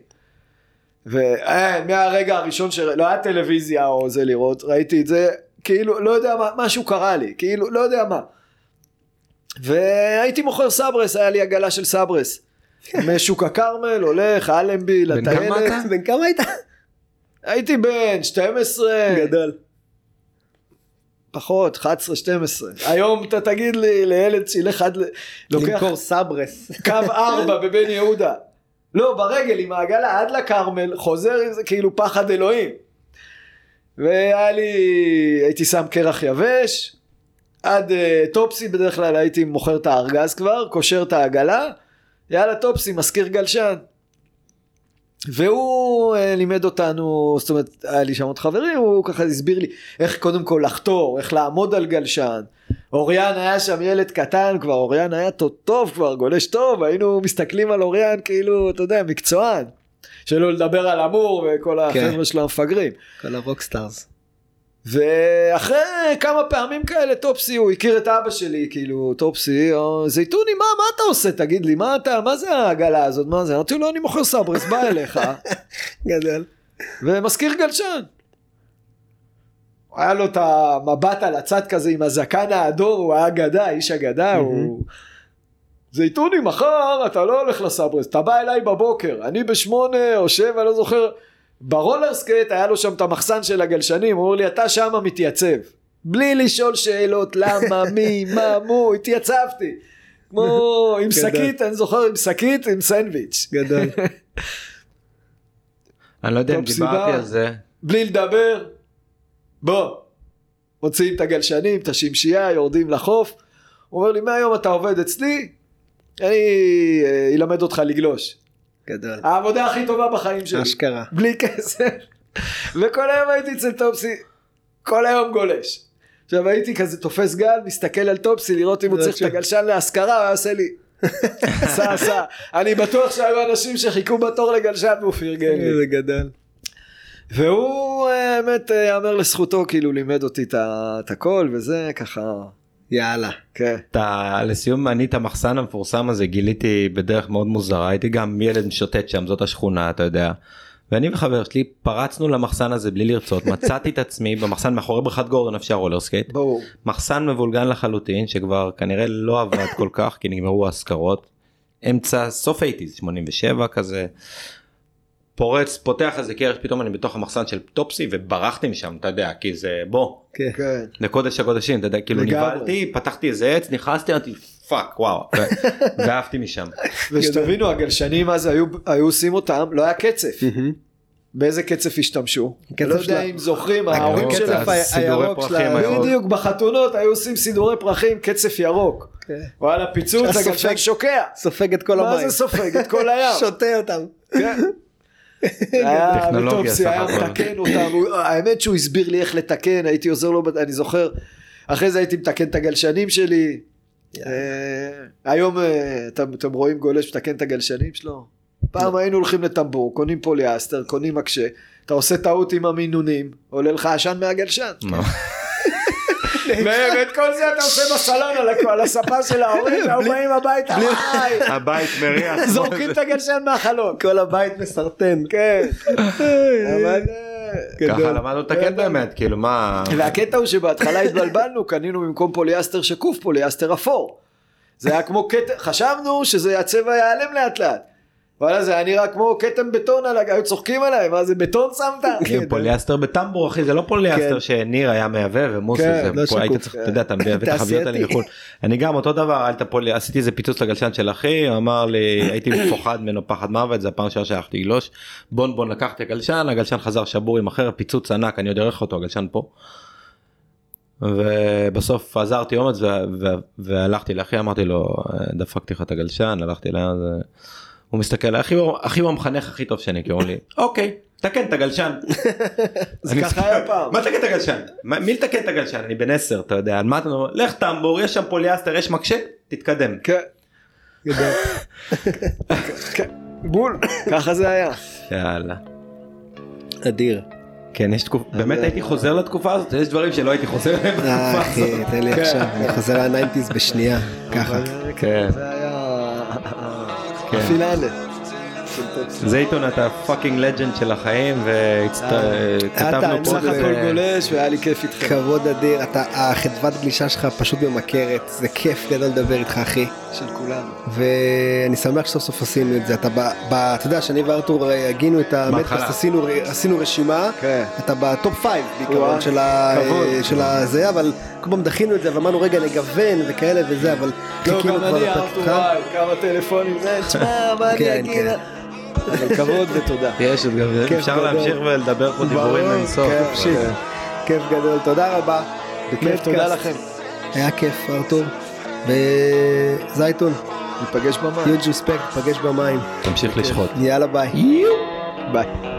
ומהרגע הראשון שלא היה טלוויזיה או זה לראות, ראיתי את זה, כאילו לא יודע מה, משהו קרה לי, כאילו לא יודע מה. והייתי מוכר סברס, היה לי עגלה של סברס. משוק הכרמל, הולך, אלנבי, לטיילת. בן כמה היית? הייתי בן 12. גדול. פחות, 11, 12. היום אתה תגיד לי לילד שילך עד למכור סברס. קו 4 בבן יהודה. לא, ברגל עם העגלה עד לקרמל, חוזר עם זה כאילו פחד אלוהים. הייתי שם קרח יבש, עד טופסי בדרך כלל הייתי מוכר את הארגז כבר, קושר את העגלה, יאללה טופסי, מזכיר גלשן. והוא לימד אותנו, זאת אומרת, היה לי שם עוד חברים, הוא ככה הסביר לי איך קודם כל לחתור, איך לעמוד על גלשן. אוריאן היה שם ילד קטן כבר, אוריאן היה טוב כבר, גולש טוב, היינו מסתכלים על אוריאן כאילו, אתה יודע, מקצוען. שלא לדבר על אמור וכל החבר'ה שלו המפגרים. כל הרוקסטארס. ואחרי כמה פעמים כאלה טופסי, הוא הכיר את אבא שלי, כאילו טופסי, זייתוני, מה אתה עושה? תגיד לי, מה זה העגלה הזאת? מה זה? אמרתי לו, אני מוכר סברס, בא אליך. גדל. ומזכיר גלשן. היה לו את המבט על הצד כזה עם הזקן האדור, הוא היה אגדה, איש אגדה, הוא... זייתוני, מחר אתה לא הולך לסברס, אתה בא אליי בבוקר, אני ב8 או 7, לא זוכר, ברולר סקייט היה לו שם את המחסן של הגלשנים, הוא אומר לי, אתה שם מתייצב, בלי לשאול שאלות, למה, מי, מה, מו, התייצבתי, כמו עם שקית, אני זוכר עם שקית, עם סנדוויץ'. גדול. אני לא יודע אם דיברתי על זה. בלי לדבר, בוא, מוציאים את הגלשנים, את השמשייה, יורדים לחוף, הוא אומר לי, מהיום אתה עובד אצלי, אני אלמד אותך לגלוש. גדול. העבודה הכי טובה בחיים שלי. אשכרה. בלי כסף. וכל היום הייתי אצל טופסי, כל היום גולש. עכשיו הייתי כזה תופס גל, מסתכל על טופסי, לראות אם הוא צריך את הגלשן להשכרה, הוא עושה לי. סע. אני בטוח שהיו אנשים שחיכו בתור לגלשן והוא פרגן לי. זה גדול. והוא האמת יאמר לזכותו, כאילו לימד אותי את הכל וזה ככה. יאללה. כן. לסיום, אני את המחסן המפורסם הזה גיליתי בדרך מאוד מוזרה, הייתי גם ילד שוטט שם, זאת השכונה, אתה יודע. ואני וחבר שלי פרצנו למחסן הזה בלי לרצות, מצאתי את עצמי במחסן מאחורי בריכת גורדון אפשר רולר סקייט. ברור. מחסן מבולגן לחלוטין, שכבר כנראה לא עבד כל כך, כי נגמרו ההשכרות. אמצע, סוף 80s, 87 כזה. פותח איזה קרש, פתאום אני בתוך המחסן של טופסי, וברחתי משם, אתה יודע, כי זה בוא. כן. לקודש הקודשים, אתה יודע, כאילו נבלתי, פתחתי איזה עץ, נכנסתי, אמרתי, פאק, וואו, ועפתי משם. ושתבינו, הגלשנים אז היו עושים אותם, לא היה קצף. באיזה קצף השתמשו? לא יודע אם זוכרים, ההורים של הירוק שלהם. בדיוק, בחתונות היו עושים סידורי פרחים, קצף ירוק. וואלה, פיצוץ, הגלשן שוקע. סופג את כל המים. מה זה סופג? את כל הים. שותה אותם. כן. טכנולוגיה סך היה מתקן אותם, האמת שהוא הסביר לי איך לתקן, הייתי עוזר לו, אני זוכר, אחרי זה הייתי מתקן את הגלשנים שלי, היום אתם רואים גולש מתקן את הגלשנים שלו, פעם היינו הולכים לטמבור, קונים פוליאסטר, קונים מקשה, אתה עושה טעות עם המינונים, עולה לך עשן מהגלשן. ואת כל זה אתה עושה בסלון על הספה של ההורים, ובאים הביתה, הבית מריח, זורקים את הגלשן מהחלון, כל הבית מסרטן. כן, אבל ככה למדנו לתקן באמת, כאילו מה. והקטע הוא שבהתחלה התבלבלנו, קנינו במקום פוליאסטר שקוף, פוליאסטר אפור, זה היה כמו קטע, חשבנו שזה הצבע יעלם לאט לאט, וואלה זה היה נראה כמו קטם בטון, היו צוחקים עליי, מה זה בטון שמת? פוליאסטר בטמבור אחי, זה לא פוליאסטר שניר היה מייבא ומוסי, היית צריך, אתה יודע, אתה מייבא את החביות האלה מחול. אני גם אותו דבר, עשיתי איזה פיצוץ לגלשן של אחי, אמר לי, הייתי מפוחד ממנו פחד מוות, זה הפעם שהלכתי לגלוש, בון לקחתי הגלשן, הגלשן חזר שבור עם אחר, פיצוץ ענק, אני עוד אראה אותו, הגלשן פה. ובסוף עזרתי אומץ והלכתי לאחי, אמרתי לו, דפקתי לך את הגלשן, הלכתי לה, הוא מסתכל, אחי הוא המחנך הכי טוב שאני, כי הוא אומר לי, אוקיי, תקן את הגלשן. זה ככה היה פעם. מה תקן את הגלשן? מי לתקן את הגלשן? אני בן 10, אתה יודע, על מה אתה אומר? לך טמבור, יש שם פוליאסטר, יש מקשה, תתקדם. כן. בול, ככה זה היה. יאללה. אדיר. כן, יש תקופה, באמת הייתי חוזר לתקופה הזאת, יש דברים שלא הייתי חוזר להם בתקופה הזאת. אחי, תן לי עכשיו, אני חוזר ל-90s בשנייה, ככה. כן. זה היה הפינאלה. זה עיתון, אתה פאקינג לג'נד של החיים, וכתבנו פה. סך הכל גולש, והיה לי כיף איתכם. כבוד אדיר, החדוות גלישה שלך פשוט במכרת, זה כיף גדול לדבר איתך אחי. של כולנו. ואני שמח שסוף סוף עשינו את זה, אתה יודע שאני וארתור הגינו את המדקאסט, עשינו רשימה, אתה בטופ 5 בעיקרון של הזה, אבל כל פעם דחינו את זה ואמרנו רגע נגוון וכאלה וזה, אבל לא, גם אני ארתור כמה טלפונים, תשמע, מה אני אגיד? אבל כבוד ותודה. יש עוד גם, אפשר להמשיך ולדבר פה דיבורים אינסוף. כיף גדול, תודה רבה. בכיף, תודה לכם. היה כיף ארתור. וזייטון. ניפגש במים. יוג' רספקט, ניפגש במים. תמשיך לשחוט. יאללה ביי. ביי.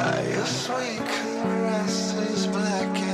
Your sweet caress is black